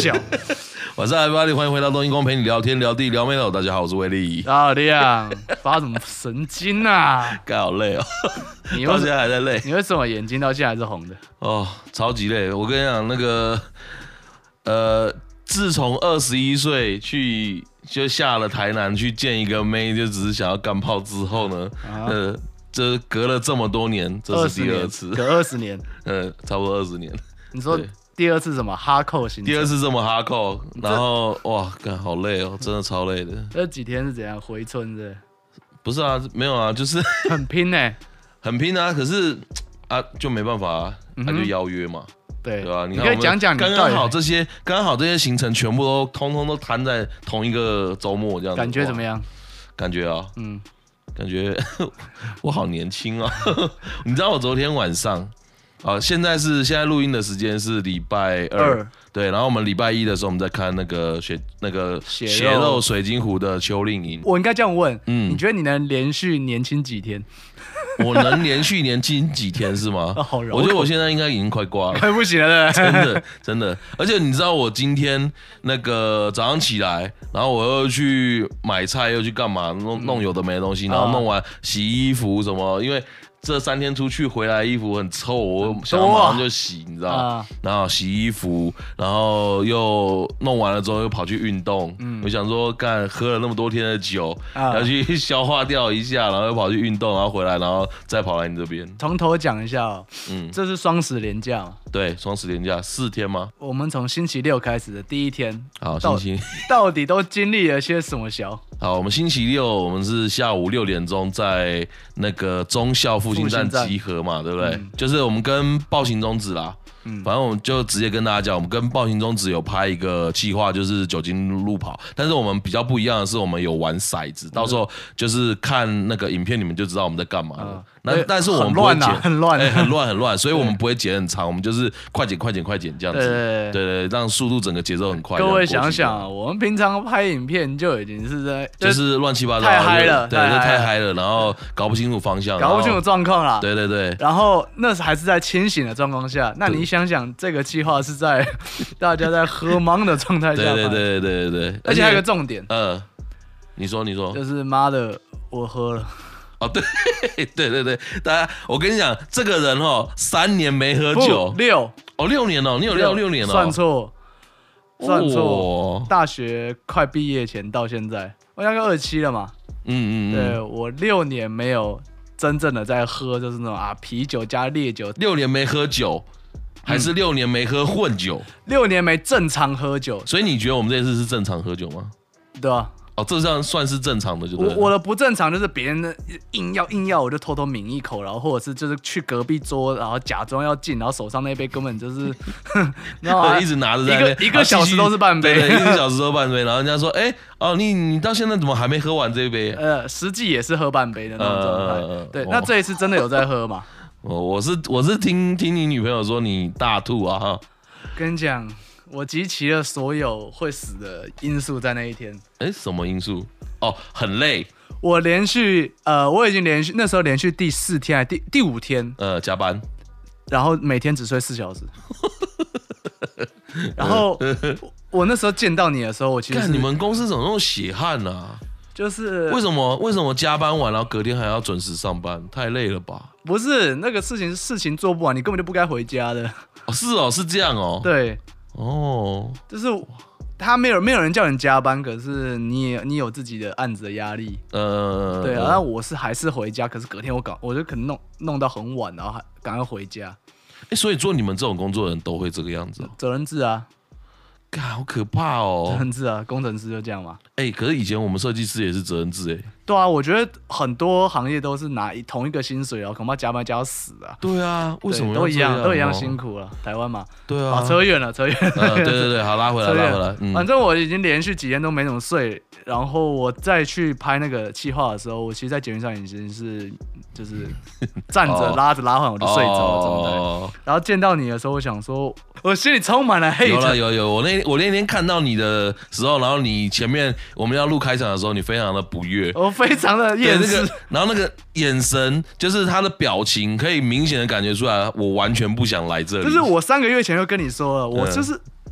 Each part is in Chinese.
小。 晚上8点，欢迎回到东英公陪你聊天聊地聊妹喽。大家好，我是威力。 老亮，发什么神经啊？ 该好累哦， 你到现在还在累。 你为什么眼睛到现在还是红的？ 哦，超级累。我跟你讲，那个自从21岁就下了台南去见一个妹，就只是想要干炮之后呢，这隔了这么多年，这是第二次， 隔20年， 差不多20年。 你说第二次什么哈扣行程？ 第二次这么哈扣，然后哇，干好累哦，真的超累的。 这几天是怎样回春的？ 不是啊，没有啊，就是很拼呢、 很拼啊，可是啊就没办法啊，就邀约嘛。 对吧？ 你可以讲讲你刚刚好这些行程全部都通通都摊在同一个周末这样子， 感觉怎么样？ 感觉啊，感觉我好年轻啊！你知道我昨天晚上现在录音的时间是礼拜2，对，然后我们礼拜1的时候我们在看那个血肉水晶湖的秋令营。 我应该这样问，你觉得你能连续年轻几天？ 我能连续年轻几天是吗？我觉得我现在应该已经快挂了， 快不行了， 真的。而且你知道我今天那个早上起来，然后我又去买菜，又去干嘛，弄有的没的东西，然后弄完洗衣服什么，因为这3天出去回来衣服很臭，我想要马上就洗，你知道？然后洗衣服，然后又弄完了之后又跑去运动。我想说，喝了那么多天的酒，要去消化掉一下，然后又跑去运动，然后回来，然后再跑来你这边。 从头讲一下这是双十连假嘛？ 对，双十连假4天吗？ 我们从星期6开始的第一天， 好，星期到底都经历了些什么？ 好，我们星期6我们是下午6点钟在那个忠孝复兴站集合嘛，对不对？就是我们跟暴行中止啦。反正我们就直接跟大家讲，我们跟暴行中止有拍一个企划，就是酒精路跑。但是我们比较不一样的是，我们有玩骰子，到时候就是看那个影片，你们就知道我们在干嘛了。但是我们不会剪， 很乱，所以我们不会剪很长，我们就是快剪这样子，对，让速度整个节奏很快。 各位想想，我们平常拍影片就已经是在就是乱七八糟， 太嗨了， 对，太嗨了，然后搞不清楚方向， 搞不清楚状况啦。 对。 然后那还是在清醒的状况下，那你想想，这个计划是在大家在喝茫的状态下拍， 对， 而且还有个重点， 你说， 就是妈的，我喝了。 哦，对，大家，我跟你讲，这个人3年没喝酒，6年哦，你有6年哦， 算错，大学快毕业前到现在，我大概27了嘛，对，我6年没有真正的在喝，就是那种啤酒加烈酒 ，6年没喝酒，还是6年没喝混酒 ，6年没正常喝酒， 所以你觉得我们这次是正常喝酒吗？ 对啊。 这样算是正常的就对了。 我的不正常就是别人的硬要，我就偷偷抿一口，然后或者是就是去隔壁桌，然后假装要敬，然后手上那杯根本就是，然后一直拿着在一个小时都是半杯， 对，1个小时都半杯，然后人家说，你到现在怎么还没喝完这一杯？ 实际也是喝半杯的那种状态。对，那这一次真的有在喝吗？ 我是听你女朋友说你大吐啊哈。 跟你讲。我集齐了所有会死的因素在那一天。 什么因素？很累。 我已经那时候连续第4天还第5天， 加班， 然后每天只睡4小时。然后我那时候见到你的时候，我其实你们公司怎么那么血汗啊？ 就是为什么加班完，然后隔天还要准时上班？太累了吧？ 不是那个事情做不完，你根本就不该回家的。 是这样哦。 对。就是没有人叫你加班，可是你有自己的案子的压力，对啊。那我还是回家，可是隔天我就可能弄到很晚，然后还赶快回家。 所以做你们这种工作的人都会这个样子责任制啊。 好可怕哦！ 责任制啊，工程师就这样嘛。 可是以前我们设计师也是责任制对啊，我觉得很多行业都是拿同一个薪水，然后恐怕加班加到死啊。 对啊，为什么都一样辛苦了？台湾嘛。 对啊。 扯远了。 对，好，拉回来。 反正我已经连续几天都没怎么睡，然后我再去拍那个企划的时候，我其实，在捷运上已经是就是站着拉完我就睡着的状态。然后见到你的时候，我想说，我心里充满了hate。 有，我那天看到你的时候，然后你前面我们要录开场的时候，你非常的不悦， 我非常的厌世， 然后那个眼神，就是他的表情，可以明显的感觉出来，我完全不想来这里。 就是我3个月前就跟你说了，我就是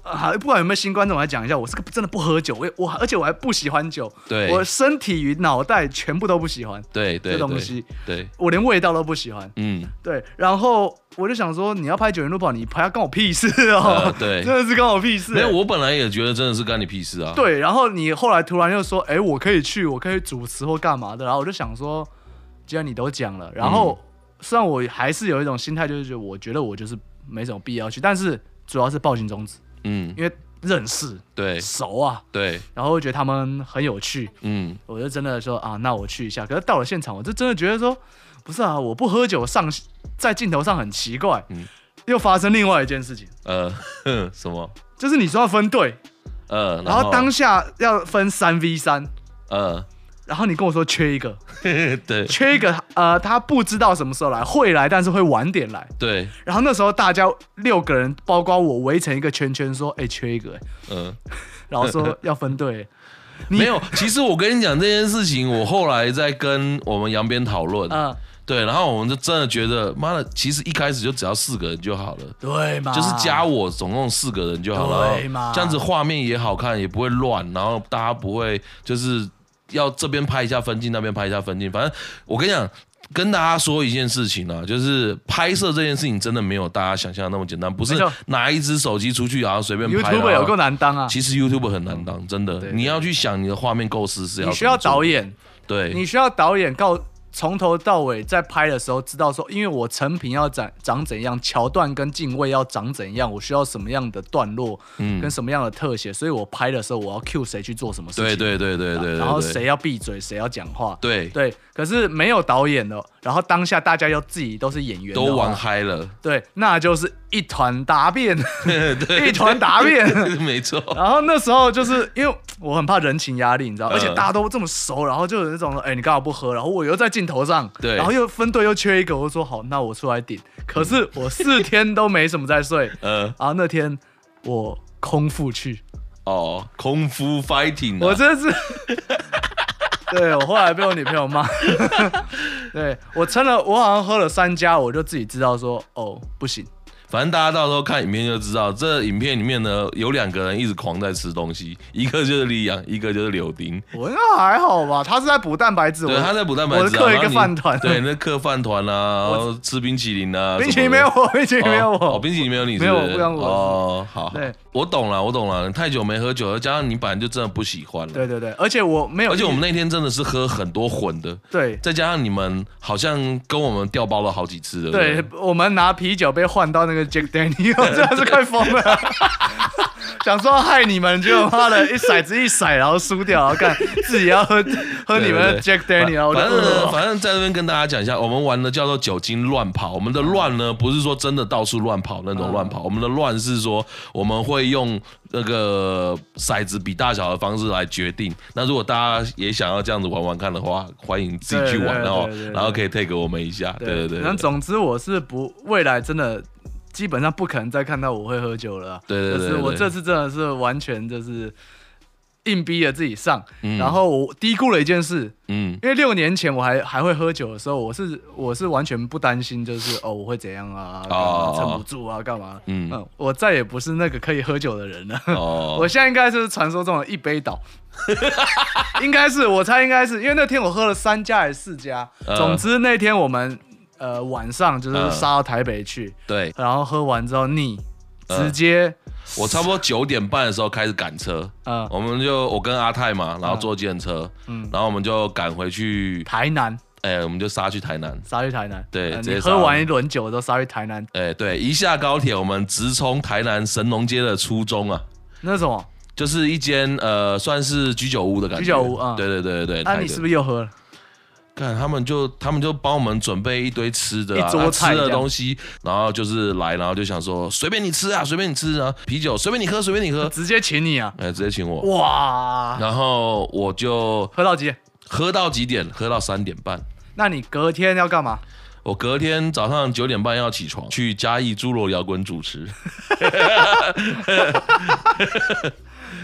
不管有没有新观众，我来讲一下，我是个真的不喝酒，而且我还不喜欢酒， 对， 我身体与脑袋全部都不喜欢， 对这东西， 对， 我连味道都不喜欢，对，然后我就想说，你要拍9人路跑，你拍关我屁事哦， 对， 真的是关我屁事， 没有，我本来也觉得真的是干你屁事啊， 对，然后你后来突然又说，我可以去，我可以主持或干嘛的，然后我就想说，既然你都讲了，然后虽然我还是有一种心态，就是我觉得我就是没什么必要去，但是主要是抱心宗旨，因为认识， 对， 熟啊， 对， 然后我觉得他们很有趣，我就真的说啊，那我去一下。可是到了现场，我就真的觉得说，不是啊，我不喝酒在镜头上很奇怪，又发生另外一件事情， 什么？ 就是你说要分队，然后当下要分3v3，然后你跟我说缺一个， 对， 缺一个，他不知道什么时候来，会来，但是会晚点来。 对。 然后那时候大家6个人，包括我，围成一个圈圈，说：“缺一个。”然后说要分队。 没有，其实我跟你讲这件事情，我后来在跟我们扬边讨论，对，然后我们就真的觉得，妈的，其实一开始就只要4个人就好了， 对嘛？ 就是加我，总共4个人就好了， 对嘛？ 这样子画面也好看，也不会乱，然后大家不会就是要这边拍一下分镜，那边拍一下分镜，反正我跟你讲。跟大家说一件事情啊，就是拍摄这件事情真的没有大家想象的那么简单，不是拿一只手机出去然后随便拍。 YouTuber 有够难当啊！ 其实 YouTuber 很难当，真的，你要去想你的画面构思是要。 你需要导演， 对， 你需要导演从头到尾在拍的时候知道说，因为我成品要长怎样，桥段跟镜位要长怎样，我需要什么样的段落，跟什么样的特写，所以我拍的时候我要 cue 谁去做什么事情， 对， 然后谁要闭嘴，谁要讲话， 对， 可是没有导演的，然后当下大家又自己都是演员， 都玩嗨了， 对，那就是一团答辩，一团答辩， 没错。 然后那时候就是因为我很怕人情压力，你知道，而且大家都这么熟，然后就有那种说，你干嘛不喝？然后我又在镜头上， 对， 然后又分队又缺一个，我说好，那我出来顶。可是我4天都没什么在睡，然后那天我空腹去， 空腹 fighting， 我真的是。对，我后来被我女朋友骂。对，我好像喝了3家，我就自己知道说，不行。 反正大家到时候看影片就知道，这影片里面呢有2个人一直狂在吃东西，一个就是李阳，一个就是柳丁。 我那还好吧，他是在补蛋白质， 对，他在补蛋白质， 我刻一个饭团， 对，那刻饭团啊，然后吃冰淇淋啊， 冰淇淋没有我，冰淇淋没有我， 冰淇淋没有你， 没有我，不让我。 好， 对， 我懂了，太久没喝酒了，加上你本来就真的不喜欢了， 对，而且我没有， 而且我们那天真的是喝很多混的， 对， 再加上你们好像跟我们调包了好几次的， 对，我们拿啤酒被换到那个 Jack Daniel。我真的是快疯了，想说害你们，结果妈的一骰子一骰，然后输掉，然后看自己要喝你们的 Jack Daniel， 反正在这边跟大家讲一下，我们玩的叫做酒精乱跑。我们的乱呢，不是说真的到处乱跑那种乱跑，我们的乱是说我们会用那个骰子比大小的方式来决定。那如果大家也想要这样子玩玩看的话，欢迎自己去玩哦，然后可以 take 我们一下。对。 那总之我是未来真的。基本上不可能再看到我会喝酒了， 对， 就是我这次真的是完全就是硬逼了自己上，然后我低估了一件事，因为6年前我还会喝酒的时候，我是完全不担心，就是我会怎样啊，撑不住啊，干嘛？我再也不是那个可以喝酒的人了，我现在应该是传说中的一杯倒，我猜应该是因为那天我喝了3家还是4家，总之那天我们。晚上就是杀到台北去， 对， 然后喝完之后腻，直接我差不多9点半的时候开始赶车，我跟阿泰嘛，然后坐计程车，然后我们就赶回去台南， 我们就杀去台南，对， 你喝完一轮酒都杀去台南， 对，一下高铁我们直冲台南神农街的初中啊， 那什么， 就是一间算是居酒屋的感觉， 居酒屋啊， 对， 那你是不是又喝了？ 看他们就帮我们准备一堆吃的一桌菜吃的东西，然后就是来，然后就想说随便你吃啊，啤酒随便你喝， 直接请你啊， 直接请我， 哇！ 然后我就喝到几点？ 喝到几点？喝到3点半。 那你隔天要干嘛？ 我隔天早上9点半要起床，去嘉义侏罗摇滚主持。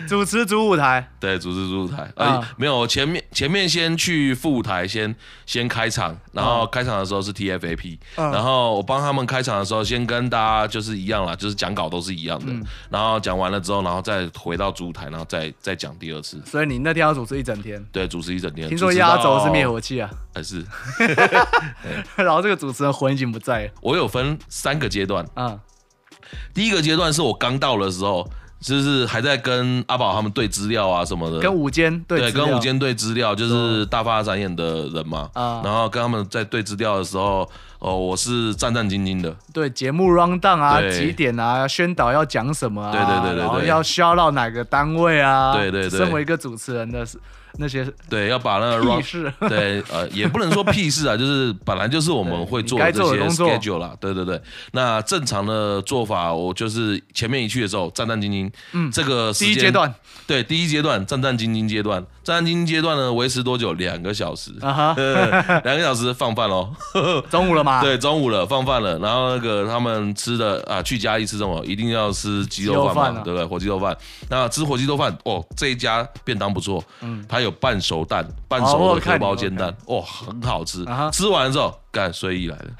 主持主舞台， 对，主持主舞台，没有，前面先去副舞台先开场，然后开场的时候是 TFAP，然后我帮他们开场的时候，先跟大家就是一样啦，就是讲稿都是一样的，然后讲完了之后，然后再回到主舞台，然后再讲第二次。 所以你那天要主持一整天？ 对，主持一整天。 听说压轴是灭火器啊？ 是。 然后这个主持人魂已经不在了。 我有分3个阶段，第一个阶段是我刚到的时候。就是还在跟阿宝他们对资料啊什么的， 跟午间对资料， 对，跟午间对资料，就是大发展演的人嘛，然后跟他们在对资料的时候，我是战战兢兢的， 对，节目 round down 啊，几点啊，宣导要讲什么啊， 对， 然后要shout到哪个单位啊， 对， 身为一个主持人的那些， 对，要把那个屁事， 对，也不能说屁事啊，就是本来就是我们会做的这些 schedule 啦，对。那正常的做法，我就是前面一去的时候战战兢兢，这个时间第一阶段， 对，第一阶段战战兢兢阶段，战战兢兢阶段呢维持多久？2个小时，2个小时放饭咯， 中午了吗？ 对，中午了，放饭了，然后那个他们吃的啊，去嘉义吃什么？一定要吃鸡肉饭嘛，对不对？火鸡肉饭，那吃火鸡肉饭，这一家便当不错，它有半熟蛋，半熟的荷包煎蛋，很好吃。吃完之后，睡意来了。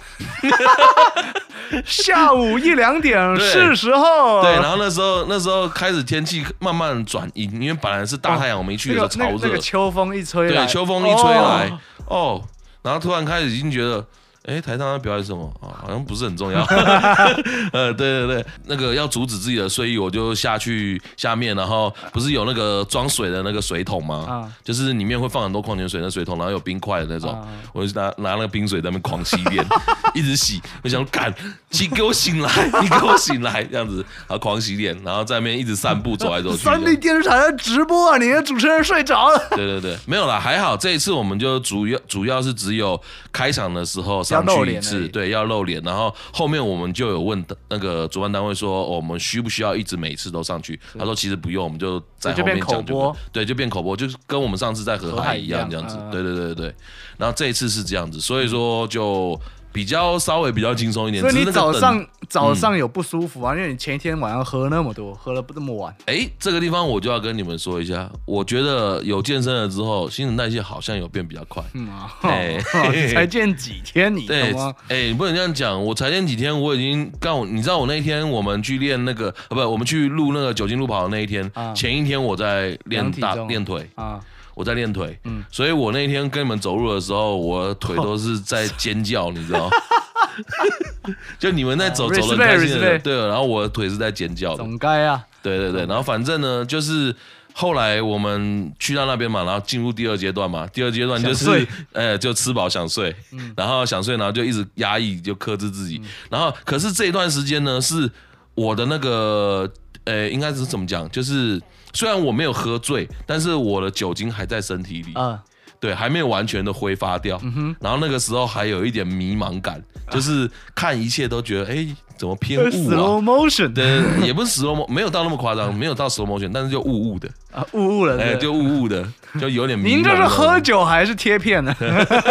下午1、2点是时候。 对，然后那时候开始天气慢慢转阴，因为本来是大太阳，我们一去的时候超热， 那个秋风一吹来， 对，秋风一吹来，然后突然开始已经觉得。台上要表演什么啊？好像不是很重要。对，那个要阻止自己的睡意，我就下面，然后不是有那个装水的那个水桶吗？就是里面会放很多矿泉水的水桶，然后有冰块的那种，我就拿那个冰水在那边狂洗脸，一直洗。我想干，你给我醒来，你给我醒来，这样子，然后狂洗脸，然后在那边一直散步，走来走去。 3立电视台在直播啊，你的主持人睡着了。 对，没有啦，还好这一次我们就主要是只有开场的时候上去一次，对，要露脸，然后后面我们就有问那个主办单位说，我们需不需要一直每次都上去？他说其实不用，我们就在后面讲就对，就变口播，就是跟我们上次在河海一样这样子，对，然后这一次是这样子，所以说就。稍微比较轻松一点， 所以你早上有不舒服啊？因为你前一天晚上喝那么多，喝了不这么晚。 这个地方我就要跟你们说一下，我觉得有健身了之后，新陈代谢好像有变比较快。 才健几天你懂吗？ 你不能这样讲，我才健几天，我已经你知道我那天我们去练那个我们去录那个酒精路跑的那一天，前一天我在练腿啊。我在练腿，所以我那天跟你们走路的时候，我的腿都是在尖叫，你知道？就你们在走得开心的，对，然后我的腿是在尖叫的。 总该啊。 对，然后反正呢，就是后来我们去到那边嘛，然后进入第2阶段嘛，第2阶段就是就吃饱想睡，然后想睡，然后就一直压抑，就克制自己，然后可是这一段时间呢，是我的那个应该是怎么讲，就是。虽然我没有喝醉，但是我的酒精还在身体里，对，还没有完全的挥发掉。然后那个时候还有一点迷茫感，就是看一切都觉得，怎么偏雾啊 ？Slow motion， 对，也不是 slow motion， 没有到那么夸张，没有到 slow motion， 但是就雾的啊，雾了， 就雾的，就有点迷茫。 您这是喝酒还是贴片呢？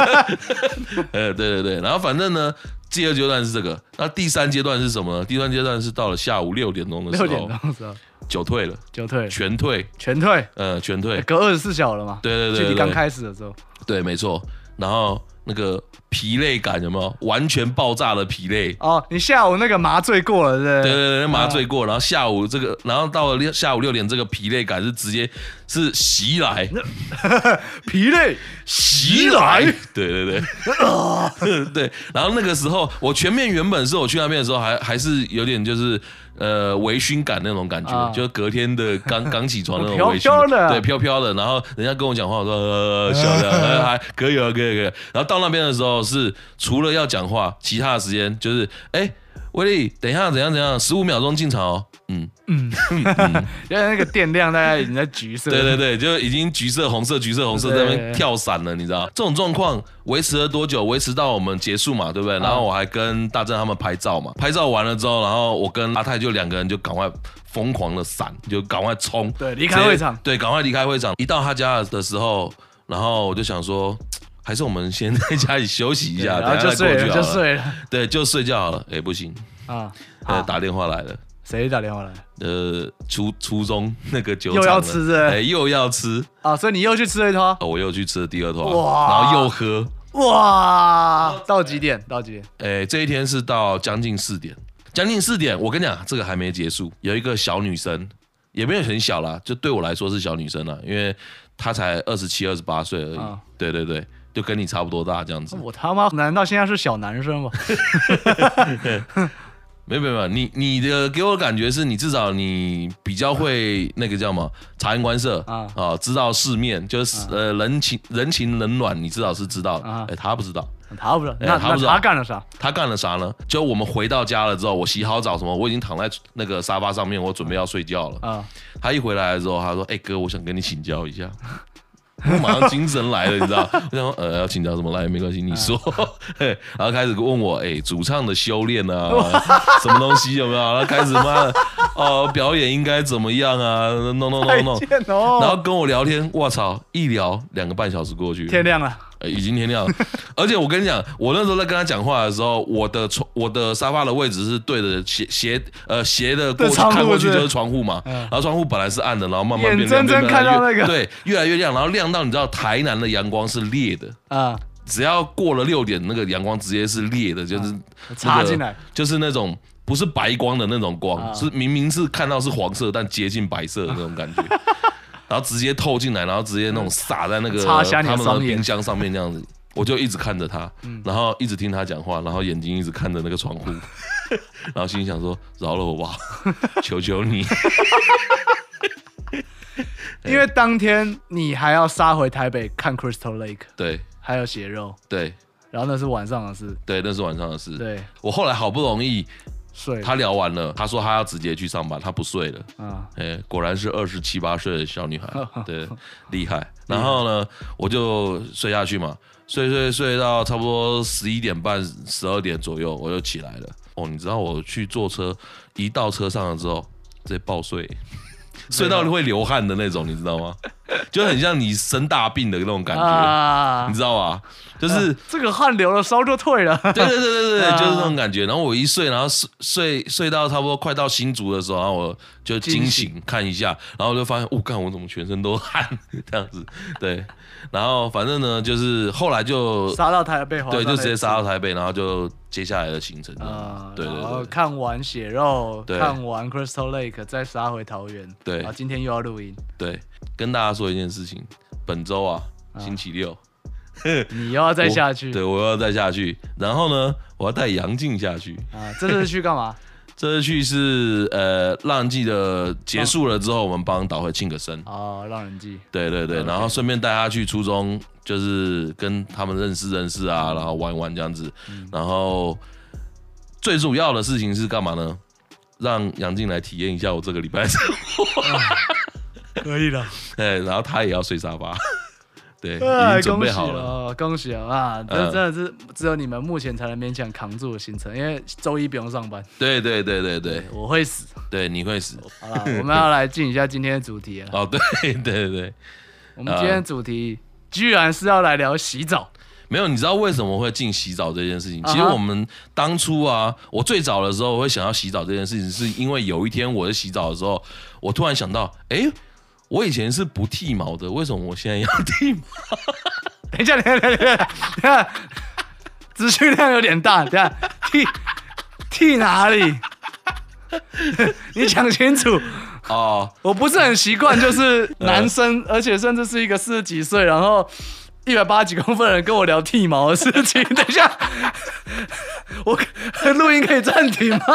对，然后反正呢。第2阶段是这个，那第3阶段是什么呢？第3阶段是到了下午6点钟的时候，酒退了，全退，全退， 隔24小时了嘛？ 对， 距离刚开始的时候， 对，没错。然后那个疲累感有没有？完全爆炸的疲累你下午那个麻醉过了， 对，麻醉过，然后下午这个，然后到了下午6点，这个疲累感是直接是袭来， 疲累袭来， 对，对。然后那个时候，我前面原本是我去那边的时候还是有点就是微醺感那种感觉，就隔天的刚起床那种微醺的，对，飘飘的。然后人家跟我讲话，我说小的还可以。然后到那边的时候是除了要讲话，其他的时间就是威力，等一下怎样，15秒钟进场哦。 因为那个电量大概已经在橘色， 对，就已经橘色、红色在那边跳伞了，你知道？这种状况维持了多久？维持到我们结束嘛，对不对？然后我还跟大正他们拍照嘛，拍照完了之后，然后我跟阿泰就2个人就赶快疯狂的闪，就赶快冲， 对，离开会场， 对，赶快离开会场。一到他家的时候，然后我就想说。还是我们先在家里休息一下， 然后就睡了， 对，就睡觉好了。不行啊，打电话来了， 谁打电话来？ 初中那个酒厂又要吃又要吃啊，所以你又去吃了一坨， 我又去吃了第二坨， 哇， 然后又喝， 哇，到几点？ 这一天是到将近4点，我跟你讲，这个还没结束，有一个小女生，也没有很小啦，就对我来说是小女生啦，因为她才27、28岁而已，对对对。就跟你差不多大这样子。 我他妈难道现在是小男生吗？ 没有，你的给我的感觉是你至少你比较会那个叫什么察言观色啊，知道世面，就是人情冷暖，你至少是知道。他不知道。那他干了啥？ 他干了啥呢？就我们回到家了之后，我洗好澡什么，我已经躺在那个沙发上面，我准备要睡觉了。他一回来的时候，他说：“哥，我想跟你请教一下。”我马上精神来了，你知道？我想说，要请教什么来？没关系，你说。然后开始问我，主唱的修炼啊，什么东西有没有？然后开始妈的，表演应该怎么样啊 ？No， 然后跟我聊天，我操，一聊2个半小时过去， 天亮了。 已经天亮了，而且我跟你讲，我那时候在跟他讲话的时候，我的沙发的位置是对着斜的过去看过去就是窗户嘛，然后窗户本来是暗的，然后慢慢变亮， 眼睁睁看到那个对越来越亮，然后亮到你知道台南的阳光是烈的啊，只要过了6点，那个阳光直接是烈的，就是插进来， 就是那种不是白光的那种光，是明明是看到是黄色，但接近白色的那种感觉。然后直接透进来，然后直接那种洒在那个他们的冰箱上面这样子，我就一直看着他，然后一直听他讲话，然后眼睛一直看着那个窗户，然后心里想说：饶了我吧，求求你。 因为当天你还要杀回台北看 Crystal Lake， 对， 还有血肉， 对， 然后那是晚上的事， 对，那是晚上的事， 对， 我后来好不容易。 睡， 他聊完了，他说他要直接去上班，他不睡了。果然是27、8岁的小女孩，对，厉害。然后呢，我就睡下去嘛，睡到差不多11点半、12点左右，我就起来了。你知道我去坐车，一到车上了之后，直接爆睡，睡到会流汗的那种，你知道吗？就很像你生大病的那种感觉，你知道吗？就是这个汗流了，烧就退了。 对，就是那种感觉。然后我一睡，然后睡到差不多快到新竹的时候，然后我就惊醒看一下，然后就发现，干我怎么全身都汗这样子？对，然后反正呢，就是后来就杀到台北， 对，就直接杀到台北，然后就接下来的行程对， 然后看完血肉，看完 Crystal Lake， 再杀回桃园。 对， 然后今天又要录音。 对，跟大家说一件事情，本周啊，星期6。 你又要再下去？ 对，我要再下去。然后呢，我要带杨静下去。 这次去干嘛？ 这次去是浪人祭的结束了之后，我们帮导会庆个生。 浪人祭。对， 然后顺便带他去初中，就是跟他们认识啊，然后玩这样子。然后最主要的事情是干嘛呢？让杨静来体验一下我这个礼拜的生活。 可以的。 然后他也要睡沙发。对，已经准备好了， 恭喜啊！这真的是只有你们目前才能勉强扛住的行程，因为周一不用上班。 对， 我会死。 对，你会死。 好了，我们要来进一下今天的主题了。 对。 我们今天的主题居然是要来聊洗澡。 没有，你知道为什么会进洗澡这件事情？其实我们当初啊，我最早的时候我会想要洗澡这件事情，是因为有一天我在洗澡的时候，我突然想到，我以前是不剃毛的，为什么我现在要剃毛？ 等一下，资讯量有点大，等一下剃哪里？你讲清楚哦。我不是很习惯，就是男生，而且甚至是一个40几岁，然后180几公分的人跟我聊剃毛的事情。等一下，我录音可以暂停吗？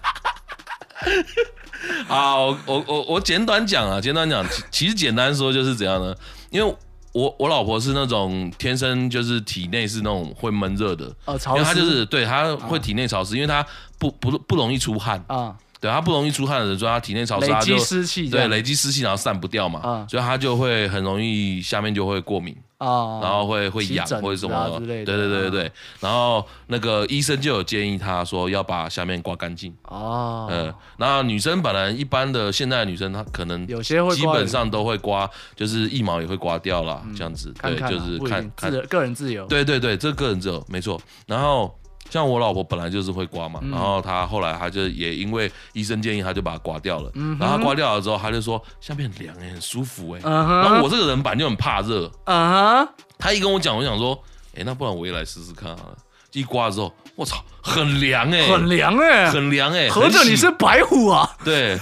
我简短讲，其实简单说就是怎样呢？因为我老婆是那种天生就是体内是那种会闷热的， 潮湿， 因为她就是对她会体内潮湿，因为她不容易出汗啊。对，她不容易出汗的人，所以她体内潮湿， 累积湿气， 对，累积湿气然后散不掉嘛，所以她就会很容易下面就会过敏。然后会痒或者什么之类的， 对，然后那个医生就有建议他说要把下面刮干净那女生本来一般的现在的女生她可能有些会基本上都会刮，就是腋毛也会刮掉啦，这样子，对，就是看个人自由， 对，这个人自由没错。然后像我老婆本来就是会刮嘛，然后她后来她就也因为医生建议，她就把它刮掉了。然后她刮掉了之后，她就说下面很凉很舒服然后我这个人本来就很怕热。她一跟我讲，我想说，那不然我也来试试看好了。一刮之后，我操，很凉很凉很凉合着你是白虎啊？ 对。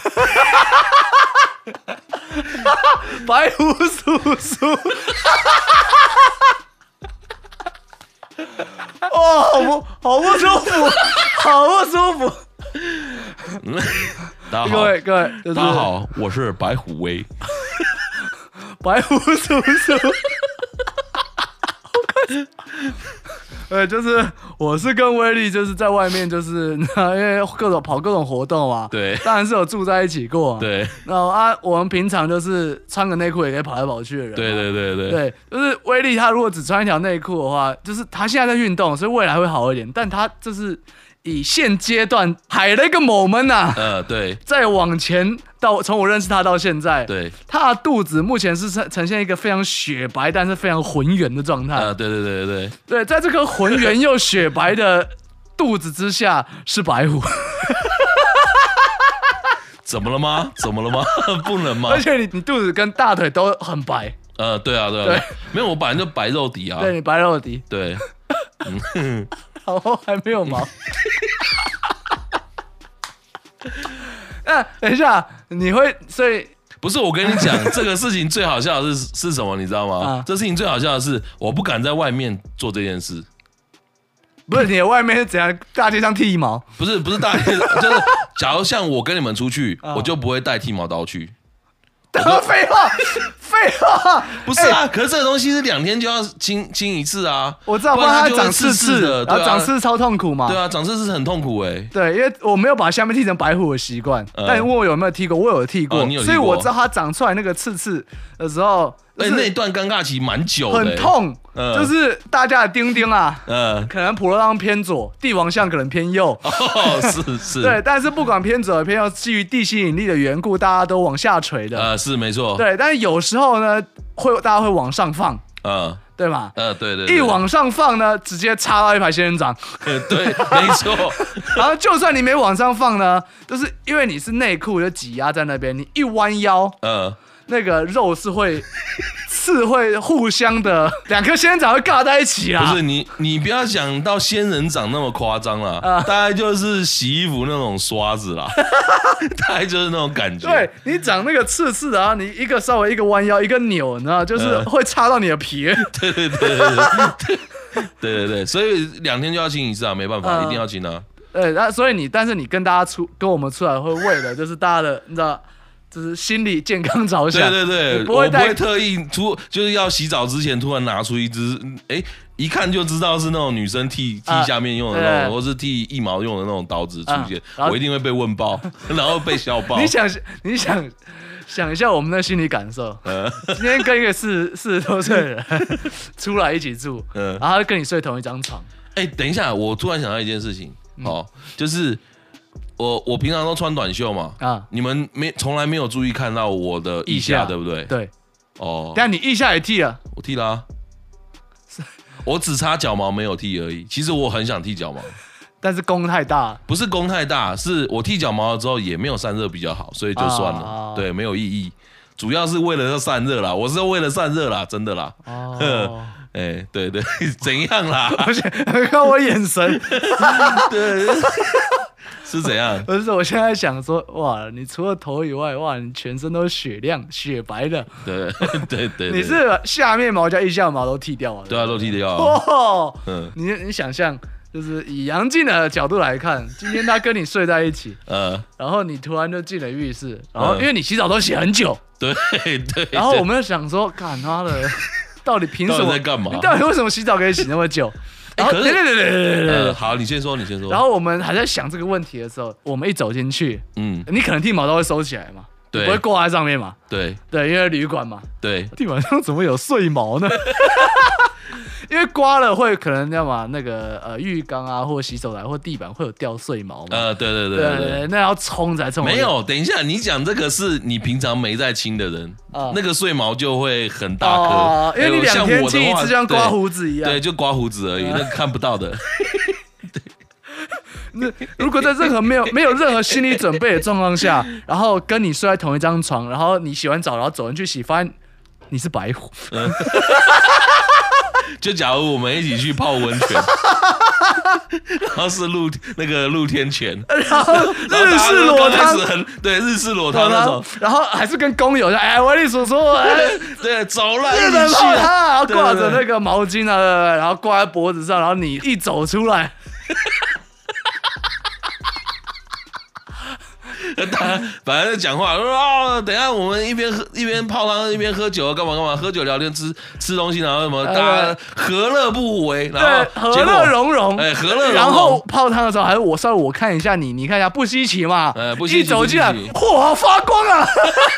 白虎叔叔，哇，好不舒服，好不舒服。 大家好， 各位， 大家好，我是白虎威， 白虎叔叔。就是我是跟威力，就是在外面，就是因为跑各种活动嘛， 对， 当然是有住在一起过， 对。 然后我们平常就是穿个内裤也可以跑来跑去的人， 对， 就是威力他如果只穿一条内裤的话，就是他现在在运动，所以未来会好一点，但他就是以现阶段海了一个某门对， 再往前到从我认识他到现在， 对， 他的肚子目前是呈现一个非常雪白但是非常浑圆的状态。对，在这颗浑圆又雪白的肚子之下是白虎。 怎么了吗？不能吗？ 而且你肚子跟大腿都很白。 对啊，没有，我本来就白肉底啊。 对，你白肉底。 对。 然后还没有毛。那等一下，所以不是我跟你讲，这个事情最好笑的是什么？你知道吗？这事情最好笑的是，我不敢在外面做这件事。 不是你的外面是怎样？大街上剃毛？ 不是大街上，就是假如像我跟你们出去，我就不会带剃毛刀去。 废话， 不是啊，可是这个东西是2天就要清一次啊。 我知道，不然它长刺刺的，然后长刺超痛苦嘛。 对啊，长刺是很痛苦对，因为我没有把下面剃成白虎的习惯，但你问我有没有剃过，我有剃过，所以我知道它长出来那个刺的时候， 那段尴尬期蛮久的， 很痛。就是大家的丁丁啊，可能普罗浪偏左，帝王巷可能偏右。 是。 对，但是不管偏左偏右，基于地心引力的缘故，大家都往下垂的。 是没错。 对，但是有时候呢，大家会往上放。对吧？ 对。 一往上放呢，直接插到一排仙人掌。 对，没错。 然后就算你没往上放呢，就是因为你是内裤就挤压在那边，你一弯腰，那个肉是会互相的，2颗仙人掌会尬在一起啊！ 不是你不要讲到仙人掌那么夸张啦，大概就是洗衣服那种刷子啦，大概就是那种感觉。 对，你长那个刺刺的啊，你稍微一个弯腰一个扭，你知道，就是会插到你的皮。 对，所以2天就要清一次啊，没办法，一定要清啊。 对，所以但是你跟我们出来会为了就是大家的，你知道。就是心理健康着想， 对，我不会特意就是要洗澡之前突然拿出一支，一看就知道是那种女生剃下面用的那种，或是剃腋毛用的那种刀子出现，我一定会被问爆，然后被笑爆。 你想一下我们的心理感受，今天跟一个40多岁的人出来一起住，然后他跟你睡同一张床。 等一下，我突然想到一件事情，就是。我平常都穿短袖嘛，你们从来没有注意看到我的腋下，对不对？ 对。但你腋下也剃了？ 我剃了啊，我只差脚毛没有剃而已。其实我很想剃脚毛， 但是功太大。 不是功太大，是我剃脚毛了之后也没有散热比较好，所以就算了。对，没有意义。主要是为了要散热啦，我是为了散热啦，真的啦。对，怎样啦？ 而且看我眼神， 对。是怎样？ 不是，我现在想说，哇，你除了头以外，哇，你全身都是雪亮、雪白的。 对。 你是下面毛加腋下毛都剃掉了？ 对啊，都剃掉了。你想象，就是以杨静的角度来看，今天他跟你睡在一起，然后你突然就进了浴室，然后因为你洗澡都洗很久， 对。 然后我们就想说，干他的，到底凭什么在干嘛？ 你到底为什么洗澡可以洗那么久？然后对，好，你先说。 然后我们还在想这个问题的时候，我们一走进去，你可能剃毛刀会收起来嘛， 对， 不会挂在上面嘛， 对， 因为旅馆嘛， 对， 地板上怎么有碎毛呢？因为刮了会可能要嘛那个浴缸啊或洗手台或地板会有掉碎毛嘛， 对， 那要冲才冲。 没有，等一下，你讲这个是你平常没在清的人，那个碎毛就会很大颗， 因为你2天清一次，就像刮胡子一样， 对，就刮胡子而已，那看不到的。 如果在没有任何心理准备的状况下，然后跟你睡在同一张床，然后你洗完澡然后走进去洗，发现你是白虎。 就假如我们一起去泡温泉，然后是露天泉， 然后日式裸汤， 对，日式裸汤那种， 然后还是跟工友说，哎，我跟你说， 对，走了， 日本泡汤，然后挂着那个毛巾啊，然后挂在脖子上，然后你一走出来。 反正讲话说等一下我们一边泡汤一边喝酒，干嘛，喝酒聊天吃东西，然后什么大家和乐不为，然后和乐融融， 和乐融融。 然后泡汤的时候还是我看一下你看一下不稀奇嘛， 不稀奇， 一走进来，嚯，发光啊！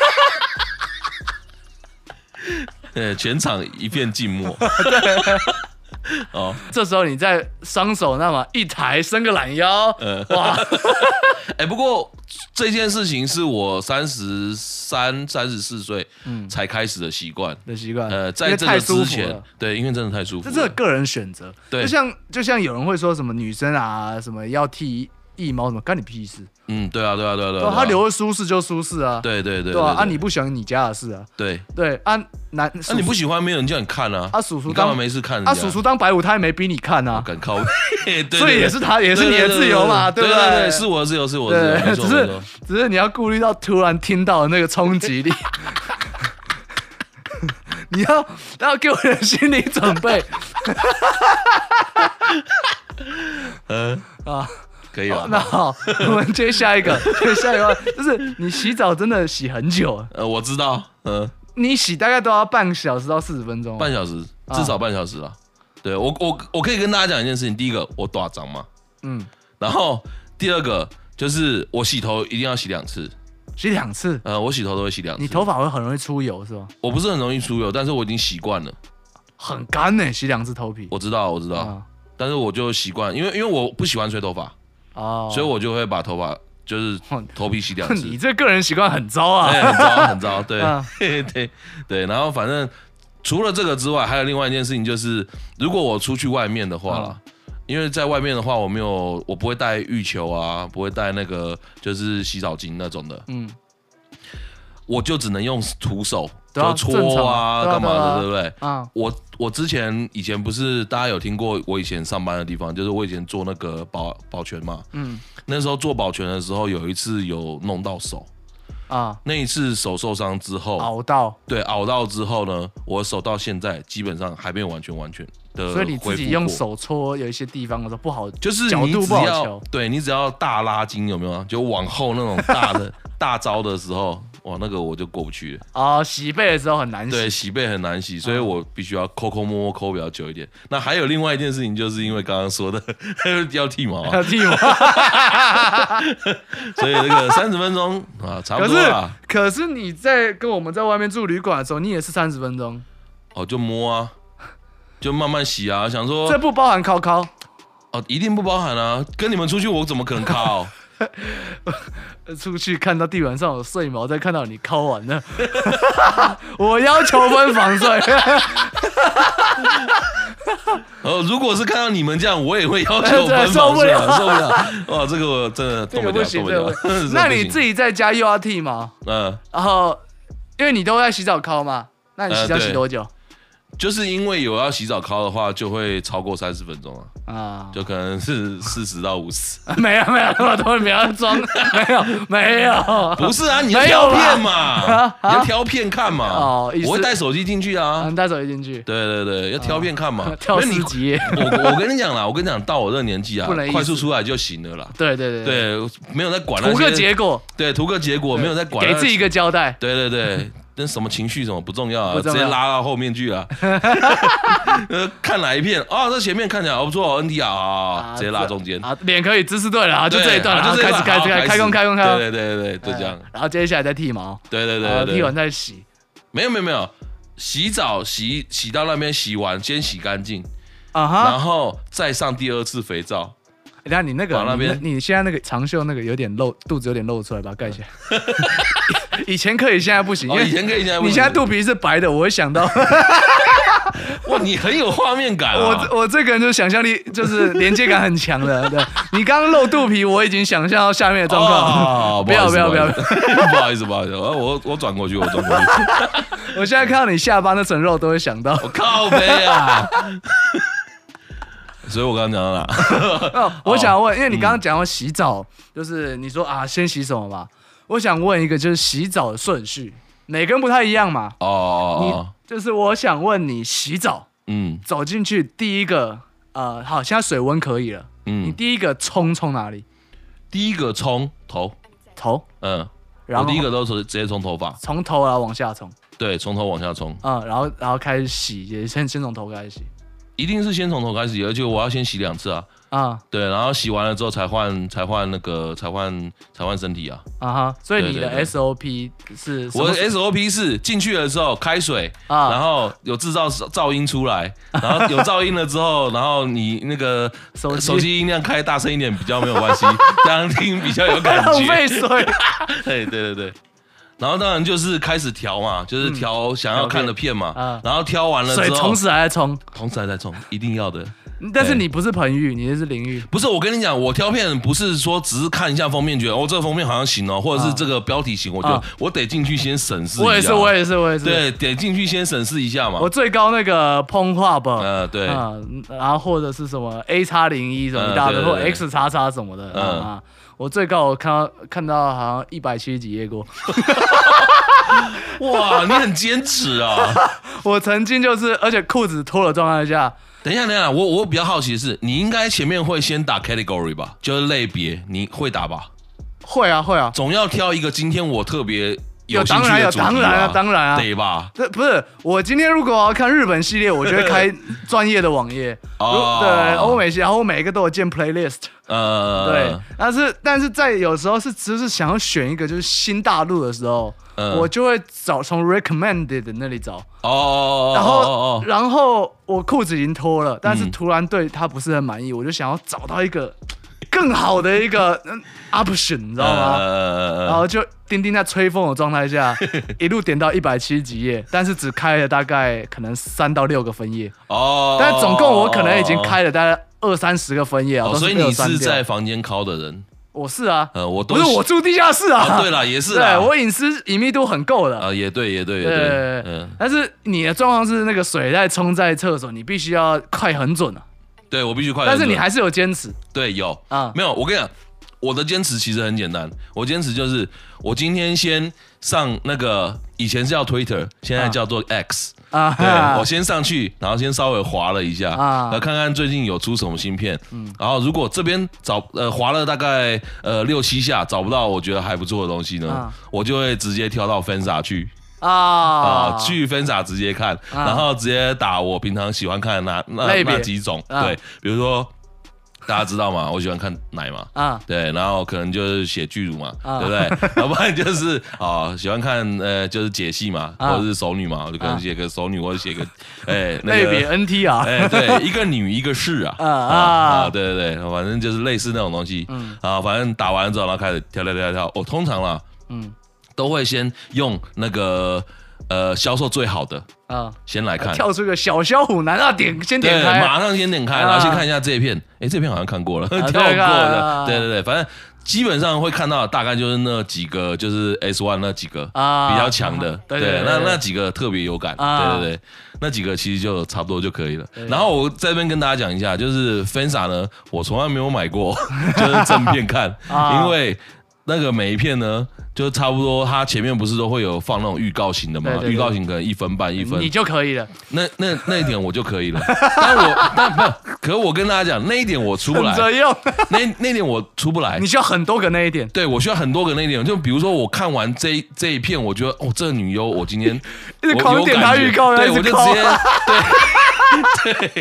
全场一片静默。 对。哦，这时候你再双手那么一抬，伸个懒腰，哇！ 不过这件事情是我33、34岁才开始的习惯。在这个之前，对，因为真的太舒服了。 这是个人选择。对，就像有人会说什么女生啊，什么要剃腋毛，什么干你屁事？ 对啊， 他留的舒适就舒适啊。 对啊，你不喜欢你家的事啊。对啊， 你不喜欢没有人叫你看啊。 叔叔干嘛没事看？ 叔叔当白虎，他也没逼你看啊。 敢靠， 所以也是你的自由嘛，对不对？ 是我的自由，是我的自由。 只是你要顾虑到突然听到的那个冲击力，你要给我的心理准备。 可以了。 那好，我们接下一个，就是你洗澡真的洗很久。 我知道， 你洗大概都要半小时到40分钟。 半小时，至少半小时啦。对，我可以跟大家讲一件事情，第一个我大脏嘛，然后第二个就是我洗头一定要洗2次。 洗2次？ 我洗头都会洗2次。 你头发会很容易出油是吧？ 我不是很容易出油，但是我已经习惯了。 很干呢，洗2次头皮。 我知道，但是我就习惯，因为我不喜欢吹头发。所以我就会把头发就是头皮洗2次。 你这个人习惯很糟啊， 很糟，对，对。然后反正除了这个之外，还有另外一件事情就是，如果我出去外面的话啦，因为在外面的话，我不会带浴球啊，不会带那个就是洗澡巾那种的，我就只能用徒手就搓啊干嘛的，对不对？我以前不是大家有听过我以前上班的地方，就是我以前做那个保全嘛，那时候做保全的时候，有一次有弄到手那一次手受伤之后熬到之后呢，我手到现在基本上还没有完全的， 所以你自己用手搓有一些地方的时候不好， 就是角度不好调， 对，你只要大拉筋有没有？就往后那种大招的时候，哇，那个我就过不去了。 洗背的时候很难洗。 对，洗背很难洗，所以我必须要抠摸抠比较久一点。那还有另外一件事情，就是因为刚刚说的要剃毛，所以那个30分钟差不多啦。 可是你跟我们在外面住旅馆的时候，你也是30分钟。 就摸啊，就慢慢洗啊，想说这不包含敲。 一定不包含啊！跟你们出去，我怎么可能敲？ 出去看到地板上有碎毛，再看到你敲完了，我要求分房睡。 如果是看到你们这样，我也会要求分房睡，受不了！哇，这个我真的动不了。 那你自己在家又要剃毛，然后因为你都在洗澡敲嘛，那你洗澡洗多久？ 就是因为有要洗澡敲的话，就会超过30分钟就可能是40到50。 没有，那么多不要装，没有， 不是啊，你要挑片嘛，你要挑片看嘛。我会带手机进去啊， 带手机进去。 对，要挑片看嘛。 挑10集。 我跟你讲啦，到我这个年纪啊，快速出来就行了啦。 对， 没有在管那些。 图个结果。 对，图个结果，没有在管。 给自己一个交代。 对。那什么情绪什么不重要啊，直接拉到后面去啊。看哪一片这前面看起来不错 ，NTR 直接拉中间脸可以姿势对了就这一段，然后开工， 对，就这样。 然后接下来再剃毛， 对， 剃完再洗。 没有，洗澡洗到那边洗完，先洗干净然后再上第2次肥皂。 那你那个你现在那个长袖那个有点露，肚子有点露出来，把它盖起来。以前可以，现在不行。 以前可以，现在不行。 你现在肚皮是白的，我会想到。 哇， 你很有画面感啊！ 我这个人就是想象力就是连接感很强的。对，你刚刚露肚皮，我已经想象到下面的状况。不要， 不好意思，我转过去。 我现在看到你下巴那层肉都会想到。 我靠背啊！所以我刚刚讲到哪？ 我想问，因为你刚刚讲到洗澡，就是你说啊，先洗什么嘛？我想问一个，就是洗澡的顺序，每个人不太一样嘛。就是我想问你，洗澡，走进去第一个，好，现在水温可以了，你第一个冲哪里？ 第一个冲头，然后我第一个都是直接冲头发， 从头然后往下冲， 对，从头往下冲， 然后开始洗，也先从头开始洗。 一定是先从头开始，而且我要先洗2次啊。对，然后洗完了之后才换身体啊。 所以你的 SOP 是？ 我的 SOP 是进去的时候开水然后有制造噪音出来，然后有噪音了之后，然后你那个手机音量开大声一点比较没有关系，这样听比较有感觉。 浪费水。 对。然后当然就是开始调嘛，就是调想要看的片嘛，然后挑完了之后， 水同时还在冲， 一定要的。 但是你不是彭玉，你是淋浴。 不是，我跟你讲，我挑片不是说只是看一下封面，觉得这个封面好像行或者是这个标题行，我觉得我得进去先审视一下。 我也是。 对，得进去先审视一下嘛。 我最高那个 Pornhub， 对， 然后或者是什么 A*01什么大的，或 X*什么的，我最高我看到好像170几页过。 哇，你很坚持啊！ 我曾经就是，而且裤子脱了状态下。 等一下，我比较好奇的是，你应该前面会先打 category 吧，就是类别，你会打吧？ 会啊， 总要挑一个今天我特别有兴趣的主题吧？当然啊， 对吧？ 不是，我今天如果要看日本系列，我就会开专业的网页。对，欧美系，然后我每一个都有建 playlist。对，但是在有时候只是想要选一个就是新大陆的时候，我就会从 recommended 那里找。然后我裤子已经脱了，但是突然对它不是很满意，我就想要找到一个更好的一个 option， 你知道吗？然后就钉在吹风的状态下，一路点到170几页，但是只开了大概可能3到6个分页。但总共我可能已经开了大概20-30个分页所以你是在房间敲的人？ 我是啊， 不是我住地下室啊。 对啦，也是啊， 对，我隐密度很够的。 也对。 但是你的状况是那个水在冲在厕所，你必须要快很准啊。 对，我必须快很准。 但是你还是有坚持。 对，有没有？我跟你讲，我的坚持其实很简单，我坚持就是我今天先上那个以前是叫 Twitter， 现在叫做 X。对，我先上去，然后先稍微滑了一下，然后看看最近有出什么新片，然后如果这边滑了大概6-7下找不到我觉得还不错的东西呢，我就会直接跳到 Fensa 去去 Fensa 直接看，然后直接打我平常喜欢看的那几种，对，比如说。大家知道吗？我喜欢看奶嘛，对，然后可能就是写巨乳嘛，对不对？要不然就是喜欢看就是解析嘛，或者是熟女嘛，我就可能写个熟女，或者写个类别 NT 啊， 对，一个女一个士对，反正就是类似那种东西，反正打完之后，然后开始跳，我通常啦，都会先用那个销售最好的先来看， 跳出个小小虎男先点开， 马上先点开，然后先看一下这一片，这片好像看过了，跳过的，对，反正基本上会看到大概就是那几个，就是 S1 那几个比较强的，对，那几个特别有感，对，那几个其实就差不多就可以了。然后我在这边跟大家讲一下，就是 Fensa 呢，我从来没有买过，就是正片看，因为那个每一片呢，就差不多，它前面不是都会有放那种预告型的嘛？预告型可能1分半1分， 你就可以了。 那一点我就可以了，但不，可是我跟大家讲，那一点我出不来。 省着用。 那点我出不来。 你需要很多个那一点。 对，我需要很多个那一点。就比如说我看完这一片，我觉得这个女优我今天一直狂点她预告， 对，我就直接对。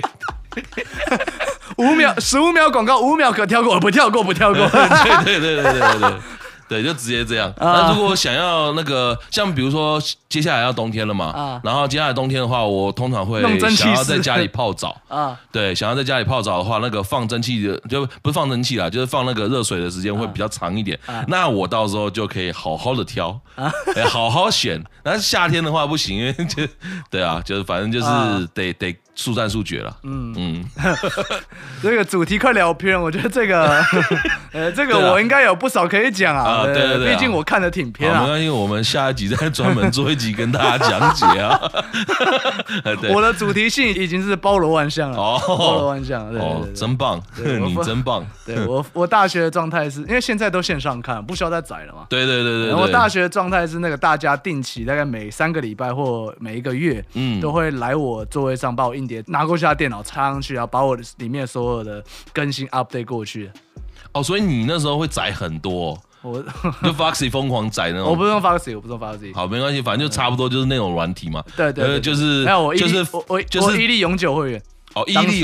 15秒广告，5秒可跳过，不跳过。 对。 对，就直接这样。那如果想要那个，像比如说接下来要冬天了嘛，然后接下来冬天的话，我通常会想要在家里泡澡啊。对，想要在家里泡澡的话，那个放蒸汽的就不是放蒸汽啦，就是放那个热水的时间会比较长一点。那我到时候就可以好好的挑，好好选。但是夏天的话不行，因为就对啊，就是反正就是得速战速决了。 这个主题快聊偏，我觉得这个这个我应该有不少可以讲啊。对，毕竟我看的挺偏啊。 没关系，我们下一集再专门做一集跟大家讲解啊。 我的主题性已经是包罗万象了，包罗万象。对， 真棒，你真棒。 对我大学的状态是因为现在都线上看，不需要再载了嘛。 对。 我大学的状态是那个大家定期大概每3个礼拜或每1个月，都会来我座位上把我硬碟拿过去他电脑插上去，然后把我里面所有的更新 update 过去。 所以你那时候会载很多。我就 Foxy 疯狂载那种。 我不是用 Foxy。好， 没关系，反正就差不多就是那种软体嘛。 对， 就是没有我伊利永久会员。 伊利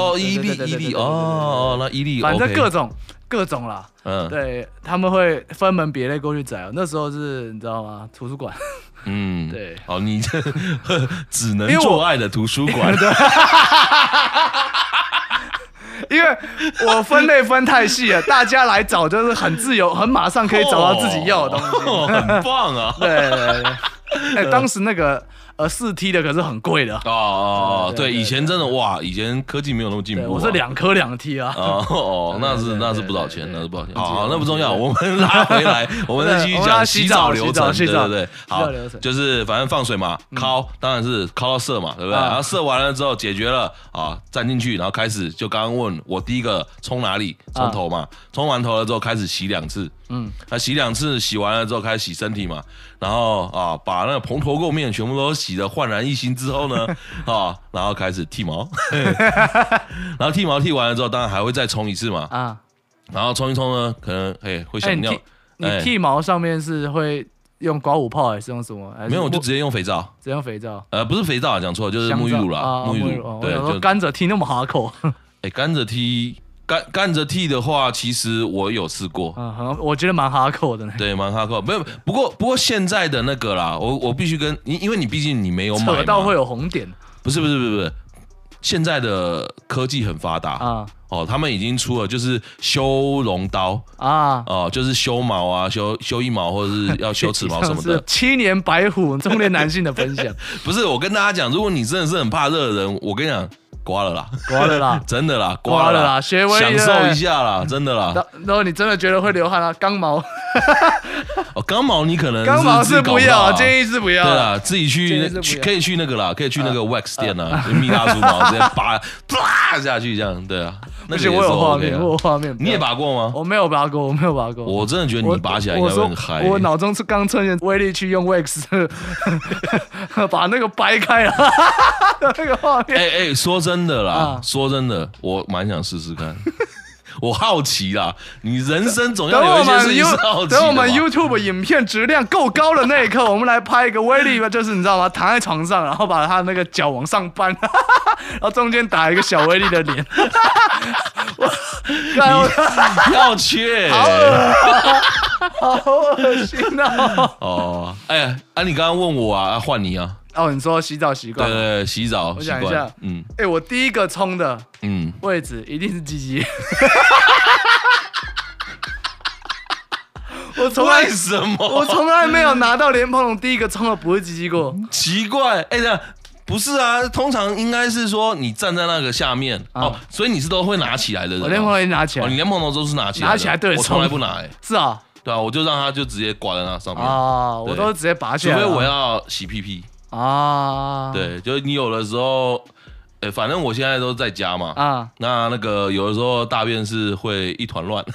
那伊利， 反正各种啦。对，他们会分门别类过去载。那时候是你知道吗？图书馆。对。 你这只能做爱的图书馆。 因为我分类分太细了，大家来找就是很自由，很马上可以找到自己要的东西， 很棒啊！ 对，当时那个4T 的可是很贵的对，以前真的哇，以前科技没有那么进步。 我是2颗2T 啊。 那是不少钱，好，那不重要，我们拉回来，我们再继续讲洗澡流程，对，好，就是反正放水嘛，敲，当然是敲到射嘛，对不对？然后射完了之后解决了站进去，然后开始就刚刚问我第一个冲哪里？冲头嘛，冲完头了之后开始洗2次。那洗2次，洗完了之后开始洗身体嘛，然后把那个蓬头垢面全部都洗得焕然一新之后呢，然后开始剃毛，然后剃毛剃完了之后，当然还会再冲1次嘛，然后冲一冲呢，可能会想尿。 你剃毛上面是会用刮胡泡还是用什么？ 没有，我就直接用肥皂。 直接用肥皂？ 不是肥皂，讲错了，就是沐浴乳啦，沐浴乳。对， 就甘蔗剃那么哈口。 甘蔗剃。干着剃的话，其实我有试过， 我觉得蛮哈扣的呢。 对，蛮哈扣。不过现在的那个啦，我必须跟你，因为你毕竟你没有买嘛， 扯到会有红点。 不是，现在的科技很发达他们已经出了就是修容刀就是修毛啊，修腋毛或者是要修齿毛什么的。 7年白虎中年男性的分享。 不是，我跟大家讲，如果你真的是很怕热的人，我跟你讲。刮了啦，真的啦，刮了啦，享受一下啦，真的啦。 然后你真的觉得会流汗啊？刚毛， 刚毛你可能刚毛是不要，建议是不要。 对啦，自己去可以去那个啦，可以去那个 wax 店啊，蜜蜡除毛直接拔下去这样，对啊。 而且我有画面，我有画面。 你也拔过吗？ 我没有拔过， 我真的觉得你拔起来应该会很嗨。 我脑中是刚出现威力去用 wax 把那个掰开了那个画面。 说真的啦，说真的，我蛮想试试看。我好奇啦，你人生总要有一些事情是好奇的。 等我们 YouTube 影片质量够高的那一刻，我们来拍一个威力，就是你知道吗？躺在床上，然后把他那个脚往上搬，然后中间打一个小威力的脸。 你要缺， 好恶心哦！你刚刚问我啊，换你啊。 你说洗澡习惯？ 对，洗澡习惯。我想一下，我第一个冲的位置一定是鸡鸡。 为什么？ 我从来没有拿到莲蓬头第一个冲的不是鸡鸡过。 奇怪，不是啊，通常应该是说你站在那个下面所以你是都会拿起来的人。 我莲蓬头拿起来， 你莲蓬头都是拿起来的， 拿起来对， 我从来不拿。 是啊， 对啊，我就让他就直接挂在那上面我都是直接拔起来， 除非我要洗屁屁对，就是你有的时候。反正我现在都在家嘛那个有的时候大便是会一团乱。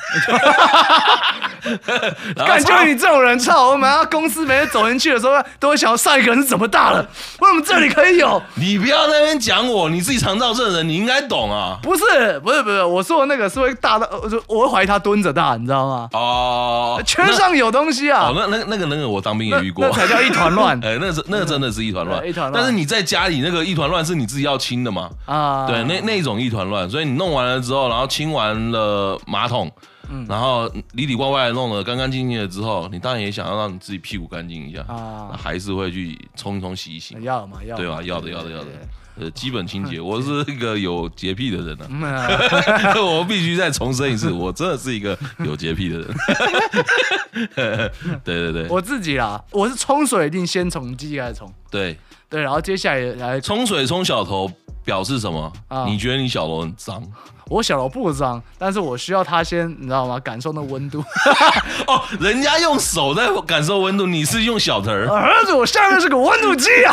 感觉你这种人操！我们公司每次走进去的时候，都会想要上一个人是怎么大的？为什么这里可以有？ 你不要在那边讲我，你自己肠道症的人，你应该懂啊。 不是，我说的那个是会大到，我会怀疑他蹲着大，你知道吗？圈上有东西啊！ 那个我当兵也遇过， 那才叫一团乱。 那个真的是一团乱，但是你在家里那个一团乱是你自己要清的嘛？对，那种一团乱，所以你弄完了之后，然后清完了马桶。 然后里里外外弄得干干净净了之后，你当然也想要让你自己屁股干净一下啊，还是会去冲一冲洗一洗。 要嘛要。 对吧？要的。基本清洁，我是一个有洁癖的人我必须再重申一次，我真的是一个有洁癖的人。对， 我自己啦，我是冲水一定先从机器开始冲。对，然后接下来冲水冲小头表示什么？你觉得你小头很脏？ 我小头不脏，但是我需要他先，你知道吗？感受那温度。 人家用手在感受温度，你是用小头儿。 儿子，我下面是个温度计啊。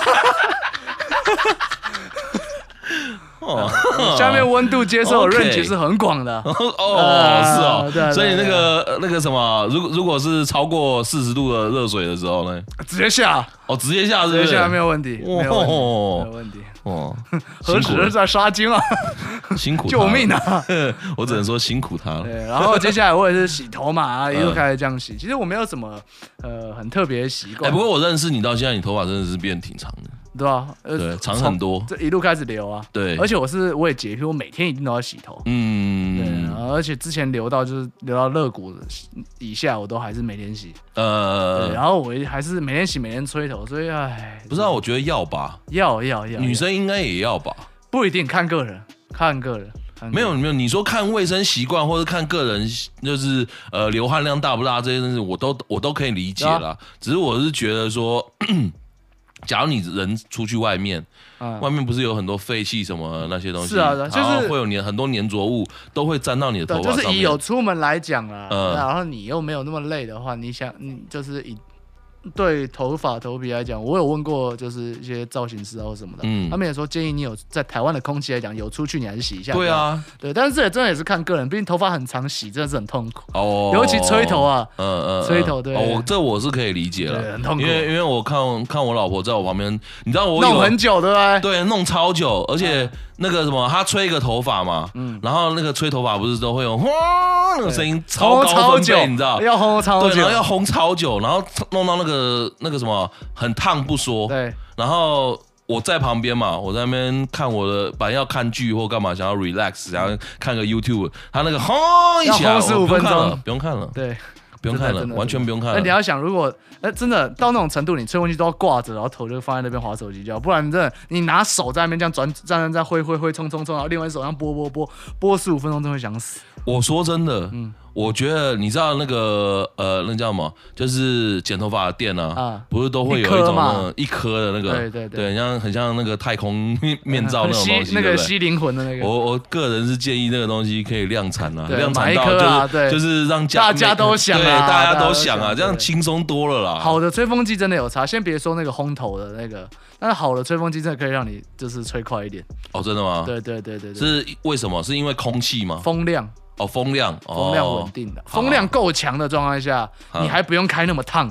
下面温度接受的 range 是很广的。 是哦，对，所以那个什么，如果是超过40度的热水的时候呢， 直接下。 直接下是不是？ 直接下没有问题，没有问题。何止是在杀精啊！ 辛苦， 救命啊！ 我只能说辛苦他了。 对，然后接下来我也是洗头嘛，一路开始这样洗。其实我没有什么很特别的习惯。 不过我认识你到现在，你头发真的是变挺长的。 对吧？ 对，长很多。 这一路开始留啊。对，而且我也洁癖，我每天一定都要洗头。对，而且之前留到肋骨以下，我都还是每天洗。对，然后我还是每天洗，每天吹头，所以不知道，我觉得要吧。 要。 女生应该也要吧？ 不一定，看个人。 没有，你说看卫生习惯或者看个人，就是流汗量大不大这些东西，我都可以理解啦。只是我是觉得说。假如你人出去外面，外面不是有很多废气什么那些东西， 是啊，就是会有很多粘着物都会沾到你的头发上面。 就是以有出门来讲啊，然后你又没有那么累的话，你就是以对头皮来讲，我有问过，就是一些造型师啊或什么的，他们也说建议你有在台湾的空气来讲，有出去你还是洗一下。 对啊， 对，但是这也真的也是看个人，毕竟头发很长，洗真的是很痛苦。尤其吹头啊，吹头对。 我是可以理解了， 很痛苦。 因为我看我老婆在我旁边，你知道我弄很久对不对？ 对，弄超久，而且那个什么，她吹一个头发嘛，然后那个吹头发不是都会有那个声音超高分贝，你知道？ 要烘超久， 对，然后要烘超久，然后弄到那个什么很烫不说， 对， 然后我在旁边嘛，我在那边看本来要看剧或干嘛，想要 relax， 想要看个 YouTube， 他那个轰一起来 ，15分钟， 不用看了， 对。 不用看了，完全不用看了。 那你要想，如果真的到那种程度，你吹风机都要挂着，然后头就放在那边滑手机就好，不然真的你拿手在那边这样转，再挥，冲，然后另外一手上拨15分钟，真会想死。 我说真的，我觉得你知道那个那叫什么，就是剪头发的店啊，不是都会有一种一颗的那个，对，很像那个太空面罩那种东西， 那个吸灵魂的那个。 我个人是建议那个东西可以量产啊，量产到就是让大家都想啊。 大家都想啊，这样轻松多了啦。 好的吹风机真的有差，先别说那个烘头的那个，但是好的吹风机真的可以让你就是吹快一点。 真的吗？ 对。 是为什么？是因为空气吗？ 风量稳定的，风量够强的状态下，你还不用开那么烫。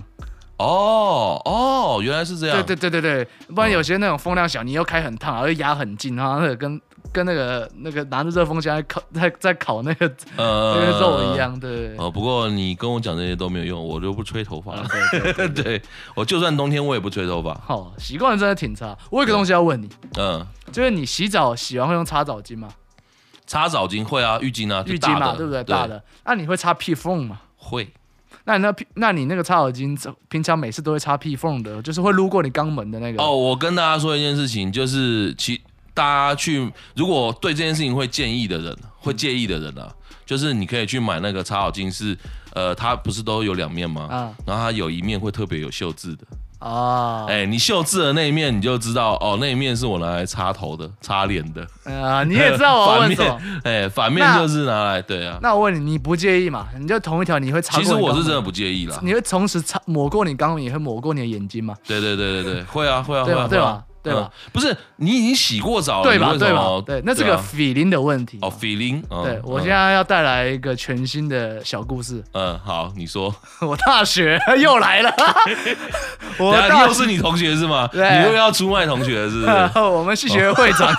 原来是这样。 对，不然有些那种风量小，你又开很烫，而且压很近，然后那个跟那个拿着热风枪在烤那个肉一样，对。 不过你跟我讲这些都没有用，我就不吹头发了。对，我就算冬天我也不吹头发。 习惯真的挺差。我有个东西要问你，就是你洗澡洗完会用擦澡巾吗？ 擦澡巾会啊，浴巾啊， 浴巾嘛，对不对？大的。那你会擦屁缝吗？ 会。 那你那个擦澡巾，平常每次都会擦屁缝的，就是会撸过你肛门的那个。 我跟大家说一件事情，就是大家如果对这件事情会介意的人啊，就是你可以去买那个擦澡巾，是它不是都有2面吗？然后它有一面会特别有绣字的。你绣字的那一面你就知道那一面是我拿来擦头的、擦脸的。 你也知道我要问什么？ 反面就是拿来对啊。 那我问你，你不介意嘛？你就同一条，你会擦过？ 其实我是真的不介意啦。 你会同时抹过你肛门，也会抹过你的眼睛吗？ 对，会啊， 对吧？ 不是你已经洗过澡了， 对吧？对，那是个feeling的问题。 feeling。 对，我现在要带来一个全新的小故事。 好，你说。 我大学又来了。 又是你同学是吗？你又要出卖同学是不是？ 我们系学会长。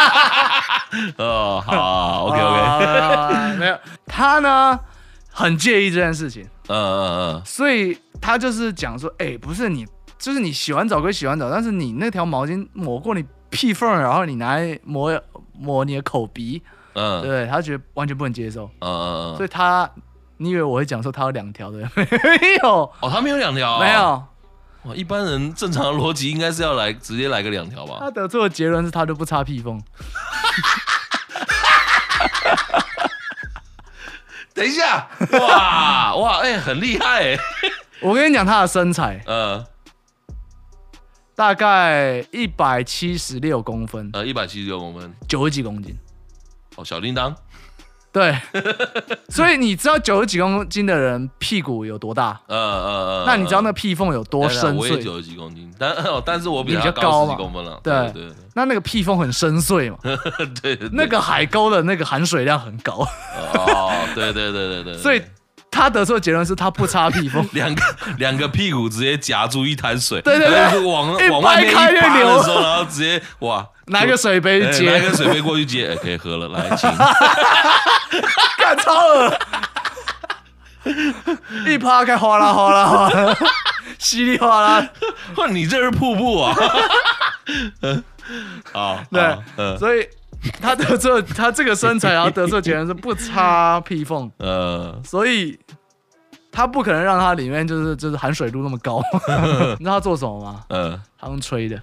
好 ，OK。 没有，他呢很介意这件事情。所以他就是讲说，不是你。就是你洗完澡归洗完澡，但是你那条毛巾抹过你屁缝，然后你拿来抹你的口鼻， 对，他觉得完全不能接受，所以你以为我会讲说他有2条的？没有， 他没有2条， 没有。 哇，一般人正常的逻辑应该是要直接来个2条吧？ 他得出的结论是他就不擦屁缝。 等一下，哇，很厉害哎！ 我跟你讲他的身材，大概176公分 ，176公分 ，90几公斤。 小叮当。 对，所以你知道90几公斤的人屁股有多大？那你知道那屁缝有多深邃？ 我也90几公斤，但是我比他高10几公分了。 对，那个屁缝很深邃嘛。 对， 那个海沟的那个含水量很高。 对。 所以他得出的结论是他不擦屁缝， 两个屁股直接夹住一滩水， 对， 往外面一扒的时候，然后直接拿个水杯接， 拿个水杯过去接，可以喝了，来请。 干超恶，一趴开哗啦哗啦，稀里哗啦。 你这是瀑布啊！ 对，所以他这个身材，然后得出的结论是不擦屁缝，所以他不可能让它里面就是含水度那么高。你知道他做什么吗？他用吹的。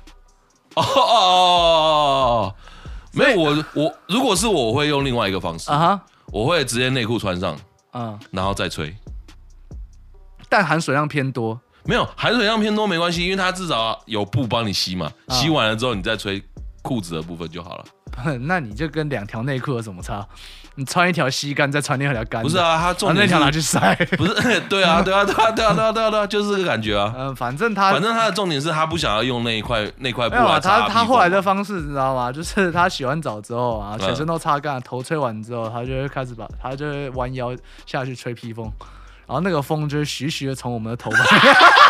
没有我如果是我会用另外一个方式我会直接内裤穿上，然后再吹， 但含水量偏多。 没有含水量偏多没关系，因为它至少有布帮你吸嘛，吸完了之后你再吹裤子的部分就好了。 那你就跟2条内裤有什么差？你穿一条吸干，再穿另一条干。 不是啊，他重点那条拿去晒。 不是，对啊，就是这个感觉啊。 反正他的重点是他不想要用那一块布来擦屁缝。他后来的方式你知道吗？就是他洗完澡之后啊，全身都擦干，头吹完之后，他就会开始他就会弯腰下去吹屁缝，然后那个风就会徐徐的从我们的头发。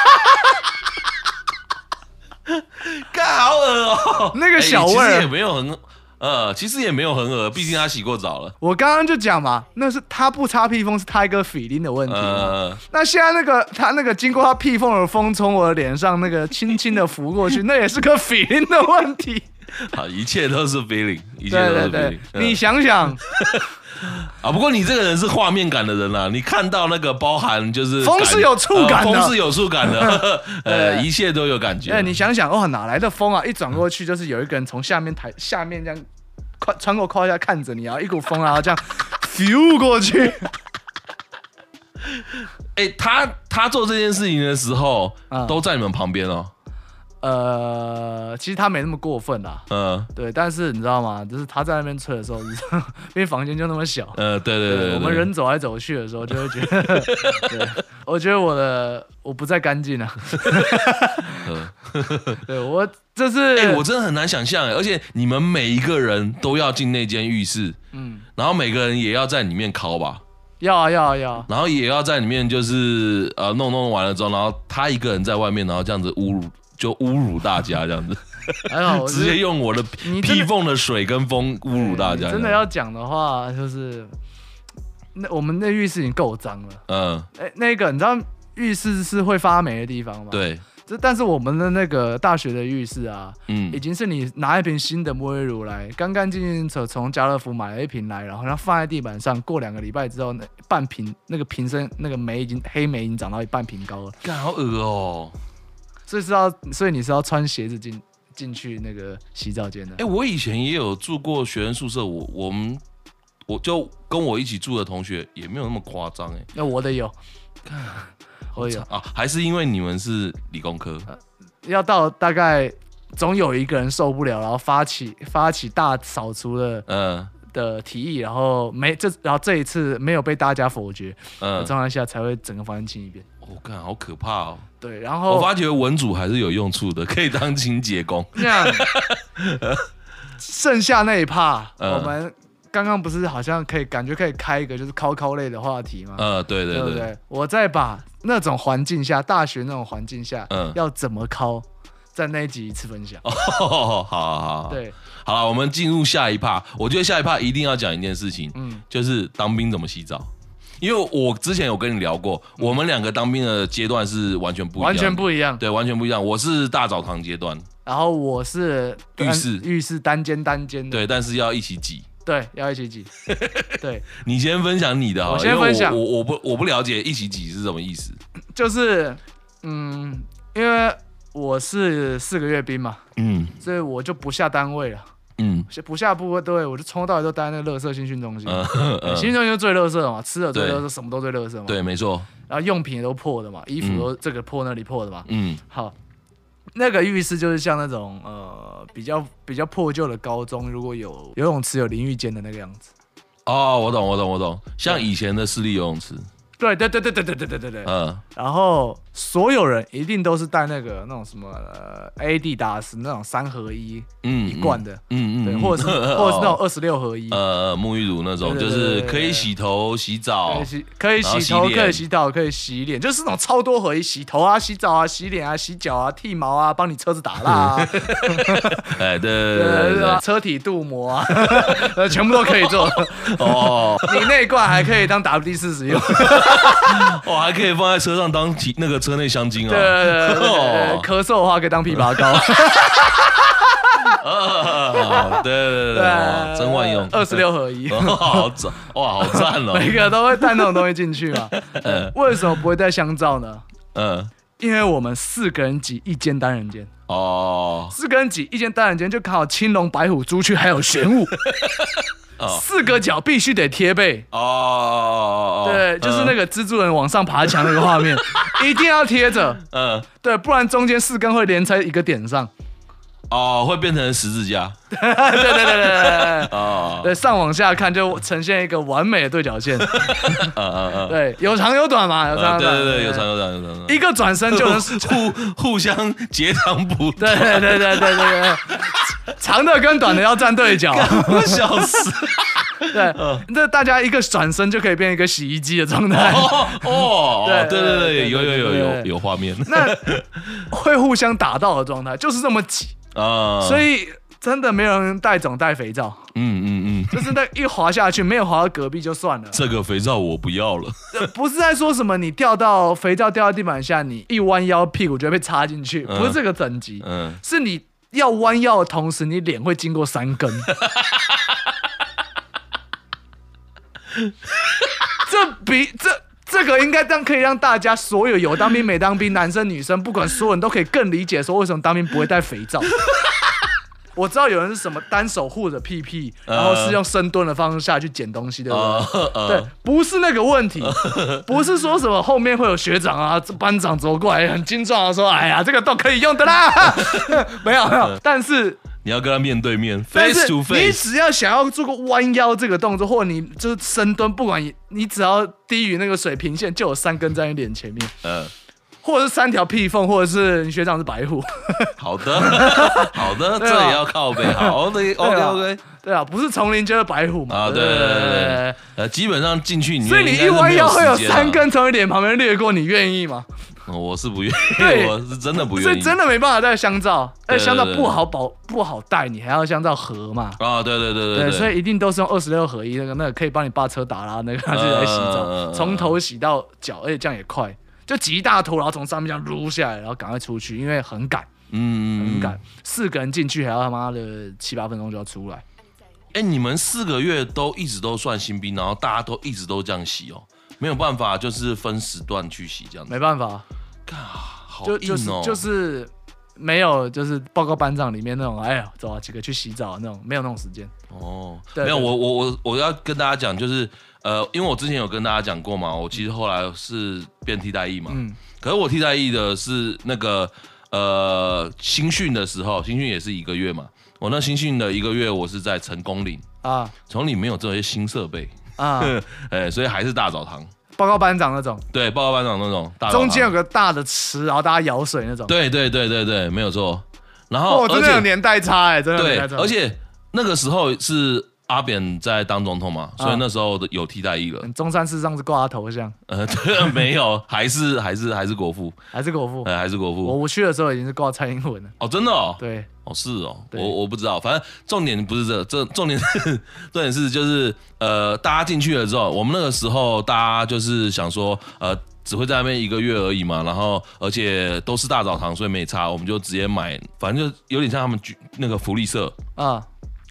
干好恶哦！ 那个小味其实也没有很恶，毕竟他洗过澡了。 我刚刚就讲嘛，那是他不擦屁缝，是他一个feeling的问题嘛。那现在他那个经过他屁缝的风从我的脸上那个轻轻的拂过去，那也是个feeling的问题。 一切都是 feeling， 一切都是 feeling。 你想想。 不过你这个人是画面感的人啦，你看到那个包含就是风是有触感的， 风是有触感的，一切都有感觉。 你想想，哪来的风啊？一转过去就是有一个人从下面这样穿过胯下看着你，然后一股风，然后这样 feel 过去。 他做这件事情的时候，都在你们旁边哦。 其实他没那么过分啦，对，但是你知道吗？就是他在那边吹的时候，因为房间就那么小， 对， 我们人走来走去的时候，就会觉得，对，我觉得我不再干净了，对我这是， 我真的很难想象，而且你们每一个人都要进那间浴室，然后每个人也要在里面敲吧。 要， 然后也要在里面就是弄完了之后，然后他一个人在外面，然后这样子侮辱大家这样子， 还好直接用我的屁缝的水跟风侮辱大家。 真的要讲的话，就是我们那浴室已经够脏了。那个你知道浴室是会发霉的地方吗？ 对。 但是我们的那个大学的浴室啊，已经是你拿一瓶新的沐浴乳来，干干净净的从家乐福买了一瓶来，然后它放在地板上，过2个礼拜之后，半瓶那个瓶身那个黑霉已经长到半瓶高了， 干好恶哦！ 所以你是要穿鞋子进去那个洗澡间的。 我以前也有住过学生宿舍，我就跟我一起住的同学也没有那么夸张那我的有。我有还是因为你们是理工科， 要到大概总有一个人受不了，然后发起大扫除的提议，然后这一次没有被大家否决的状态下，才会整个房间清一遍。 干好可怕哦！ 对，然后我发觉文组还是有用处的，可以当清洁工。 这样，剩下那一趴，我们刚刚不是好像感觉可以开一个就是考类的话题吗？对，我再把那种环境下，大学那种环境下，要怎么考，在那一集一次分享。 好， 对， 好了，我们进入下一趴。我觉得下一趴一定要讲一件事情，就是当兵怎么洗澡。因为我之前有跟你聊过，我们2个当兵的阶段是完全不一样，对，完全不一样。我是大澡堂阶段， 然后我是浴室单间的， 对，但是要一起挤。 对，要一起挤。对， 你先分享你的好了， 我先分享。 我不了解一起挤是什么意思。 就是因为我是4个月兵嘛，所以我就不下单位了。不下部队，我就从头到尾都待在那个垃圾新训中心。新训中心就最垃圾的嘛，吃的最垃圾，什么都最垃圾嘛。 对，没错。 然后用品也都破的嘛，衣服都这个破那里破的嘛。好，那个浴室就是像那种比较破旧的高中，如果有游泳池有淋浴间的那个样子。 哦，我懂，像以前的私立游泳池。 对，然后所有人一定都是带那种什么AD 达斯那种3合1一罐的，对，或者是那种26合1， 沐浴乳那种，就是可以洗头、洗澡， 可以洗头、可以洗澡、可以洗脸，就是那种超多合一，洗头啊、洗澡啊、洗脸啊、洗脚啊、剃毛啊、帮你车子打蜡啊， 哎，对， 车体镀膜啊，全部都可以做。哦，你那一罐还可以当 WD-40使用。 哦，还可以放在车上当那个车内香精啊！ 对，咳嗽的话可以当枇杷膏。 对，真万用 ，26合1， 好赞哇，好赞哦！ 每个都会带那种东西进去嘛。为什么不会带香皂呢？因为我们4个人挤一间单人间。哦，4个人挤一间单人间，就刚好青龙、白虎、朱雀还有玄武。4个角必须得贴背哦，对，就是那个蜘蛛人往上爬墙那个画面，一定要贴着，对，不然中间4根会连在一个点上， 哦，会变成十字架， 对，哦，对，上往下看就呈现一个完美的对角线，对，有长有短嘛，有长有短， 对，有长有短， 一个转身就能互相截长补短， 对。长的跟短的要站对角， 我笑死。 对，这大家一个转身就可以变一个洗衣机的状态。 对，有画面。 那会互相打到的状态就是这么挤啊，所以真的没有人带种带肥皂。就是那一滑下去，没有滑到隔壁就算了。 这个肥皂我不要了。 不是在说什么你肥皂掉到地板下，你一弯腰屁股就会被插进去，不是这个等级，是你。要弯腰的同时，你脸会经过3根，这个应该可以让大家所有当兵没当兵，男生女生不管所有人都可以更理解说为什么当兵不会带肥皂。我知道有人是什么单手护着屁屁，然后是用深蹲的方式下去捡东西，对不对？对，不是那个问题，不是说什么后面会有学长啊、班长走过来很精壮的说：“哎呀，这个都可以用的啦。”没有，但是你要跟他面对面 ，face to face。 你只要想要做个弯腰这个动作，或者你就是深蹲，不管你只要低于那个水平线，就有3根在你脸前面。或者是3条屁缝，或者是你学长是白虎。 好的，这也要靠背。好的 ，OK， 对啊，不是丛林就是白虎嘛。 啊，对，基本上进去， 所以你一弯腰会有3根从你脸旁边掠过，你愿意吗？ 我是不愿意，我是真的不愿意。 所以真的没办法带香皂，香皂不好带，你还要香皂盒嘛。 啊，对， 所以一定都是用26合1那个可以帮你把车打啦，那个自己来洗澡，从头洗到脚，而且这样也快。就挤一大坨，然后从上面这样撸下来，然后赶快出去，因为很赶，很赶，4个人进去还要他妈的7、8分钟就要出来。 你们4个月都一直都算新兵，然后大家都一直都这样洗哦，没有办法，就是分时段去洗这样子。 没办法， 好硬哦， 就是没有，就是报告班长里面那种，哎呀，走啊，几个去洗澡那种，没有那种时间。 哦，没有，我要跟大家讲，就是。因为我之前有跟大家讲过嘛，我其实后来是变替代役嘛，可是我替代役的是那个新训的时候，新训也是1个月嘛，我那新训的1个月我是在成功岭啊，成功岭没有这些新设备啊，所以还是大澡堂， 报告班长那种， 对，报告班长那种，大澡堂中间有个大的池，然后大家舀水那种， 对，没有错，然后真的有年代差真的有年代差， 而且那个时候是。阿扁在当总统嘛，所以那时候有替代役了。 中山市上是挂他头像， 没有，还是国父， 还是国父， 还是国父。 我去的时候已经是挂蔡英文了。 哦，真的哦。 对， 是哦，我不知道，反正重点不是这重点是就是大家进去了之后，我们那个时候大家就是想说只会在那边1个月而已嘛，然后而且都是大澡堂，所以没差，我们就直接买，反正就有点像他们那个福利社啊。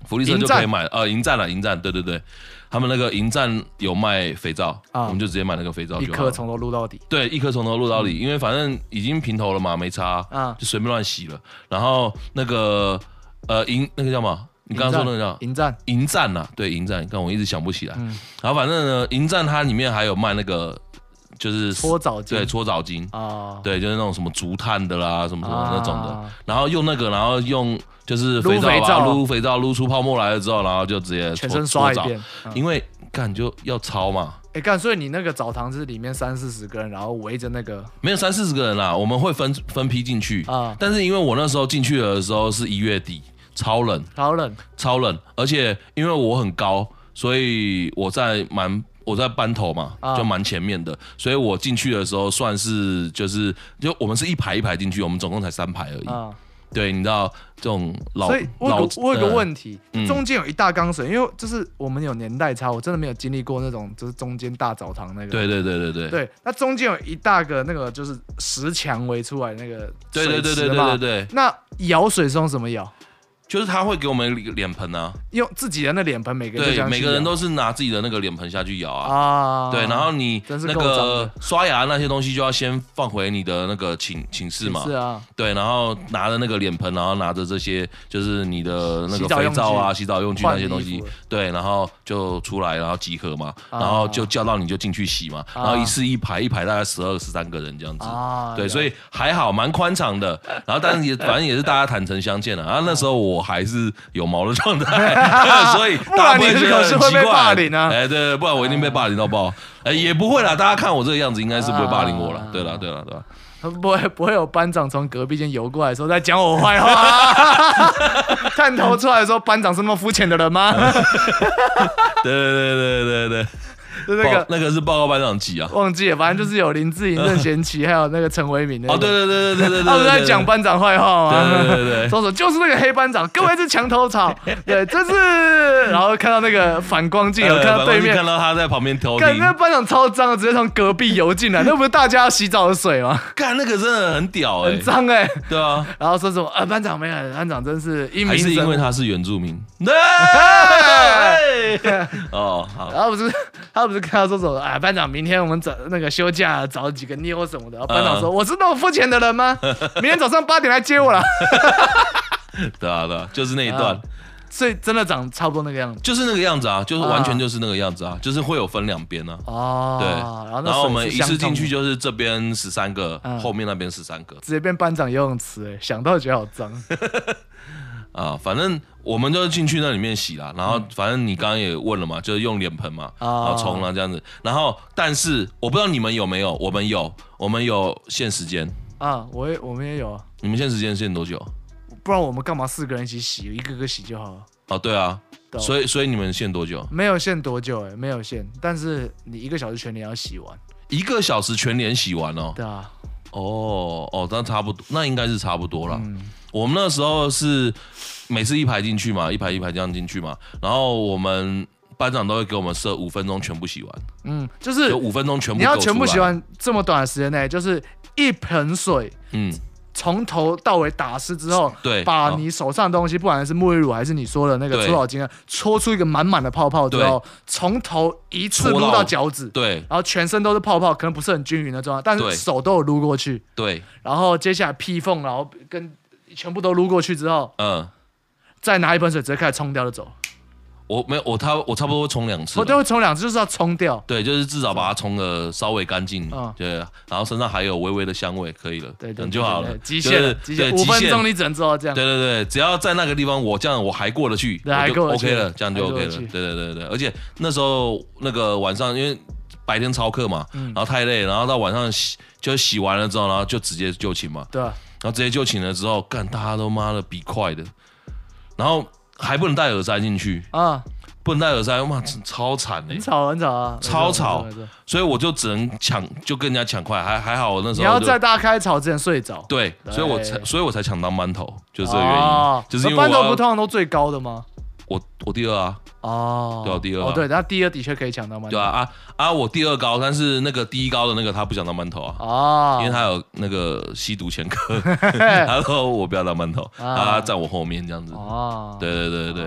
福利社就可以买营站了，营站，对对对，他们那个营站有卖肥皂，我们就直接买那个肥皂就好了， 一颗从头撸到底。 对，一颗从头撸到底，因为反正已经平头了嘛，没差，就随便乱洗了。然后那个那个叫什么？你刚刚说那个叫营站呐，对，营站，看我一直想不起来。然后反正呢，营站它里面还有卖那个。就是搓澡巾， 对，搓澡巾对，就是那种什么竹炭的啦，什么什么那种的，然后用那个，然后用就是肥皂撸肥皂撸出泡沫来了之后，然后就直接全身刷一遍， 因为干就要操嘛。 干，所以你那个澡堂是里面30-40个人，然后围着那个没有30-40个人啦，我们会分批进去但是因为我那时候进去的时候是1月底，超冷，而且因为我很高，所以我在班头嘛，就蛮前面的，所以我进去的时候算是就我们是一排一排进去，我们总共才3排而已。对，你知道这种所以我有个问题，中间有一大缸水，因为就是我们有年代差，我真的没有经历过那种就是中间大澡堂那个。对，那中间有一大个那个就是石墙围出来那个水池嘛。对。那舀水是用什么舀？ 就是他会给我们脸盆啊， 用自己的那脸盆，每个人都是拿自己的那个脸盆下去舀啊。对，然后你那个刷牙那些东西就要先放回你的那个寝室嘛。 是啊。 对，然后拿着那个脸盆，然后拿着这些就是你的那个肥皂啊、洗澡用具那些东西，对，然后就出来，然后集合嘛，然后就叫到你就进去洗嘛，然后一次一排大概12-13个人这样子。对，所以还好蛮宽敞的，然后但是反正也是大家坦诚相见了。然后那时候我还是有毛的状态，所以大家不会觉得很奇怪。 被霸凌啊！ 对，不然我一定被霸凌到爆。也不会啦，大家看我这个样子，应该是不会霸凌我了。对啦。 不会有班长从隔壁间游过来的时候在讲我坏话，探头出来的时候，班长是那么肤浅的人吗？ 对。那个是报告班长级啊， 忘记了，反正就是有林志颖、任贤齐，还有那个陈为民。 对， 他们在讲班长坏话吗？对， 说就是那个黑班长，各位是墙头草，对，这是，然后看到那个反光镜，有看到对面， 看到他在旁边偷听。 干，那班长超脏的，直接从隔壁游进来，那不是大家洗澡的水吗？ 干，那个真的很屌很脏对啊。 然后说什么班长没有，班长真是英明， 还是因为他是原住民？ 好。然后他不是跟他说什么班长，明天我们那个休假找几个妞什么的。然后班长说：“我是那么肤浅的人吗？明天早上8点来接我啦。” 对啊，就是那一段。 所以真的长差不多那个样子， 就是那个样子啊，就是完全就是那个样子啊，就是会有分2边啊。对，然后我们一次进去就是这边13个，后面那边13个， 直接变班长游泳池想到觉得好脏。 反正我们就是进去那里面洗啦，然后反正你刚刚也问了嘛，就是用脸盆嘛，然后冲啦这样子，然后但是我不知道你们有没有，我们有限时间我们也有啊。 你们限时间限多久？ 不然我们干嘛4个人一起洗，一个个洗就好了。 对啊，所以你们限多久？ 没有限多久没有限，但是你1个小时全脸要洗完。 1个小时全脸洗完哦？ 对啊。 那差不多，那应该是差不多啦。我们那时候是每次一排进去嘛，一排这样进去嘛，然后我们班长都会给我们设5分钟全部洗完。 就是 5分钟全部。 你要全部洗完这么短的时间内，就是一盆水。从头到尾打湿之后， 对， 把你手上的东西，不管是沐浴乳还是你说的那个搓澡巾，搓出一个满满的泡泡之后，从头一次撸到脚趾， 对， 然后全身都是泡泡，可能不是很均匀的状态，但是手都有撸过去， 对， 然后接下来屁缝，然后跟全部都撸过去之后，再拿一盆水直接开始冲掉就走。 我没有，我差不多会冲2次， 我都会冲2次，就是要冲掉。 对，就是至少把它冲的稍微干净，对，然后身上还有微微的香味，可以了， 对， 就好了。 极限，5分钟你只能做到这样。 对，只要在那个地方我这样我还过得去， 我就 OK 了，这样就 OK 了。对，而且那时候那个晚上因为白天操课嘛，然后太累，然后到晚上洗完了之后，然后就直接就寝嘛， 对， 然后直接就寝了之后，干大家都妈的比快的，然后还不能戴耳塞进去不能戴耳塞，哇，超惨很吵啊， 超吵，所以我就只能就跟人家抢快，还好我那时候你要在大家开吵之前睡着， 对，所以我才抢当班头，就是这个原因，就是因为班头不通常都最高的吗？ 我第2啊，对啊，第2 对，然后第2的确可以抢当班头， 对啊，我第2高，但是那个第1高的那个他不想当班头因为他有那个吸毒前科，他说我不要当班头，他站我后面这样子，对，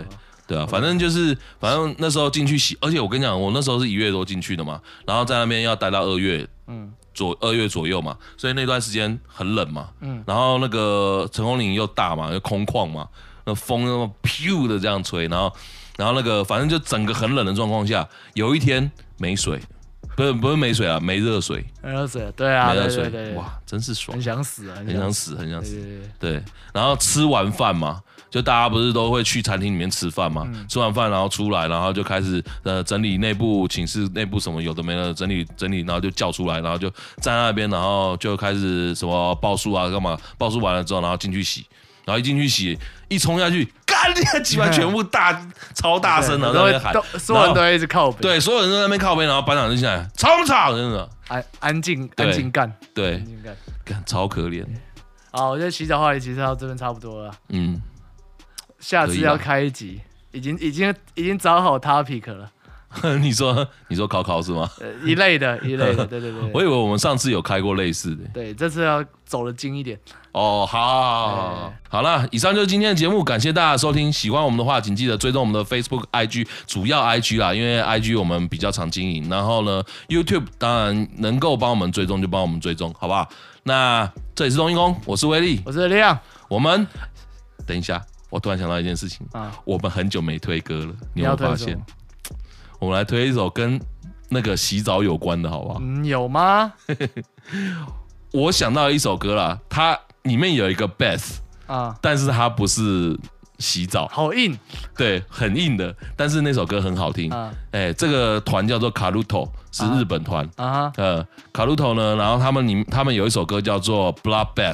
对啊，反正那时候进去洗，而且我跟你讲，我那时候是1月多进去的嘛，然后在那边要待到2月，2月左右嘛，所以那段时间很冷嘛，然后那个成功岭又大嘛，又空旷嘛，那风那么噗的这样吹，然后那个反正就整个很冷的状况下，有一天没水。不是没水啊，没热水。 没热水，对啊， 没热水， 对， 哇，真是爽， 很想死啊， 很想死。对，然后吃完饭嘛，就大家不是都会去餐厅里面吃饭嘛，吃完饭然后出来，然后就开始整理内部寝室内部什么有的没的整理，然后就叫出来，然后就站在那边，然后就开始什么报数啊干嘛，报数完了之后，然后进去洗。然后一进去洗，一冲下去，干你鸡巴全部超大声的在那边喊， 所有人都一直靠北， 对，所有人都在那边靠北，然后班长就进来，吵不吵？真的， 安静干， 对，干超可怜。 好，我觉得洗澡话题其实到这边差不多了，下次要开一集，已经找好 topic 了。 你说考是吗？ 一类的，对。 我以为我们上次有开过类似的。 对，这次要走得精一点。 哦，好啦，以上就是今天的节目，感谢大家的收听。喜欢我们的话，请记得追踪我们的 Facebook、IG， 主要 IG 啦，因为 IG 我们比较常经营。然后呢 ，YouTube 当然能够帮我们追踪就帮我们追踪，好不好？那这里是东英公，我是威力， 我是亮。 我们等一下，我突然想到一件事情我们很久没推歌了，你有没有发现？我们来推一首跟那个洗澡有关的，好不好？ 有吗？ 我想到一首歌啦，它里面有一个 bass 但是它不是洗澡， 好硬， 对，很硬的。但是那首歌很好听，这个团叫做 Karuto， 是日本团Karuto 呢，然后他们有一首歌叫做 Blood Bath。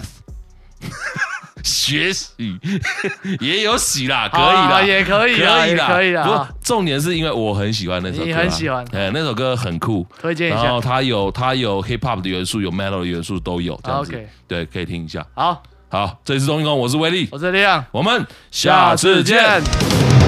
学洗也有洗啦，可以啦， 也可以啦，可以啦。 不过重点是因为我很喜欢那首歌， 你很喜欢， 那首歌很酷， 推荐一下。 然后它有 hip hop 的元素，有 metal 的元素都有，这样子，对，可以听一下。好，这里是东英公，我是威力， 我是亮， 我们下次见。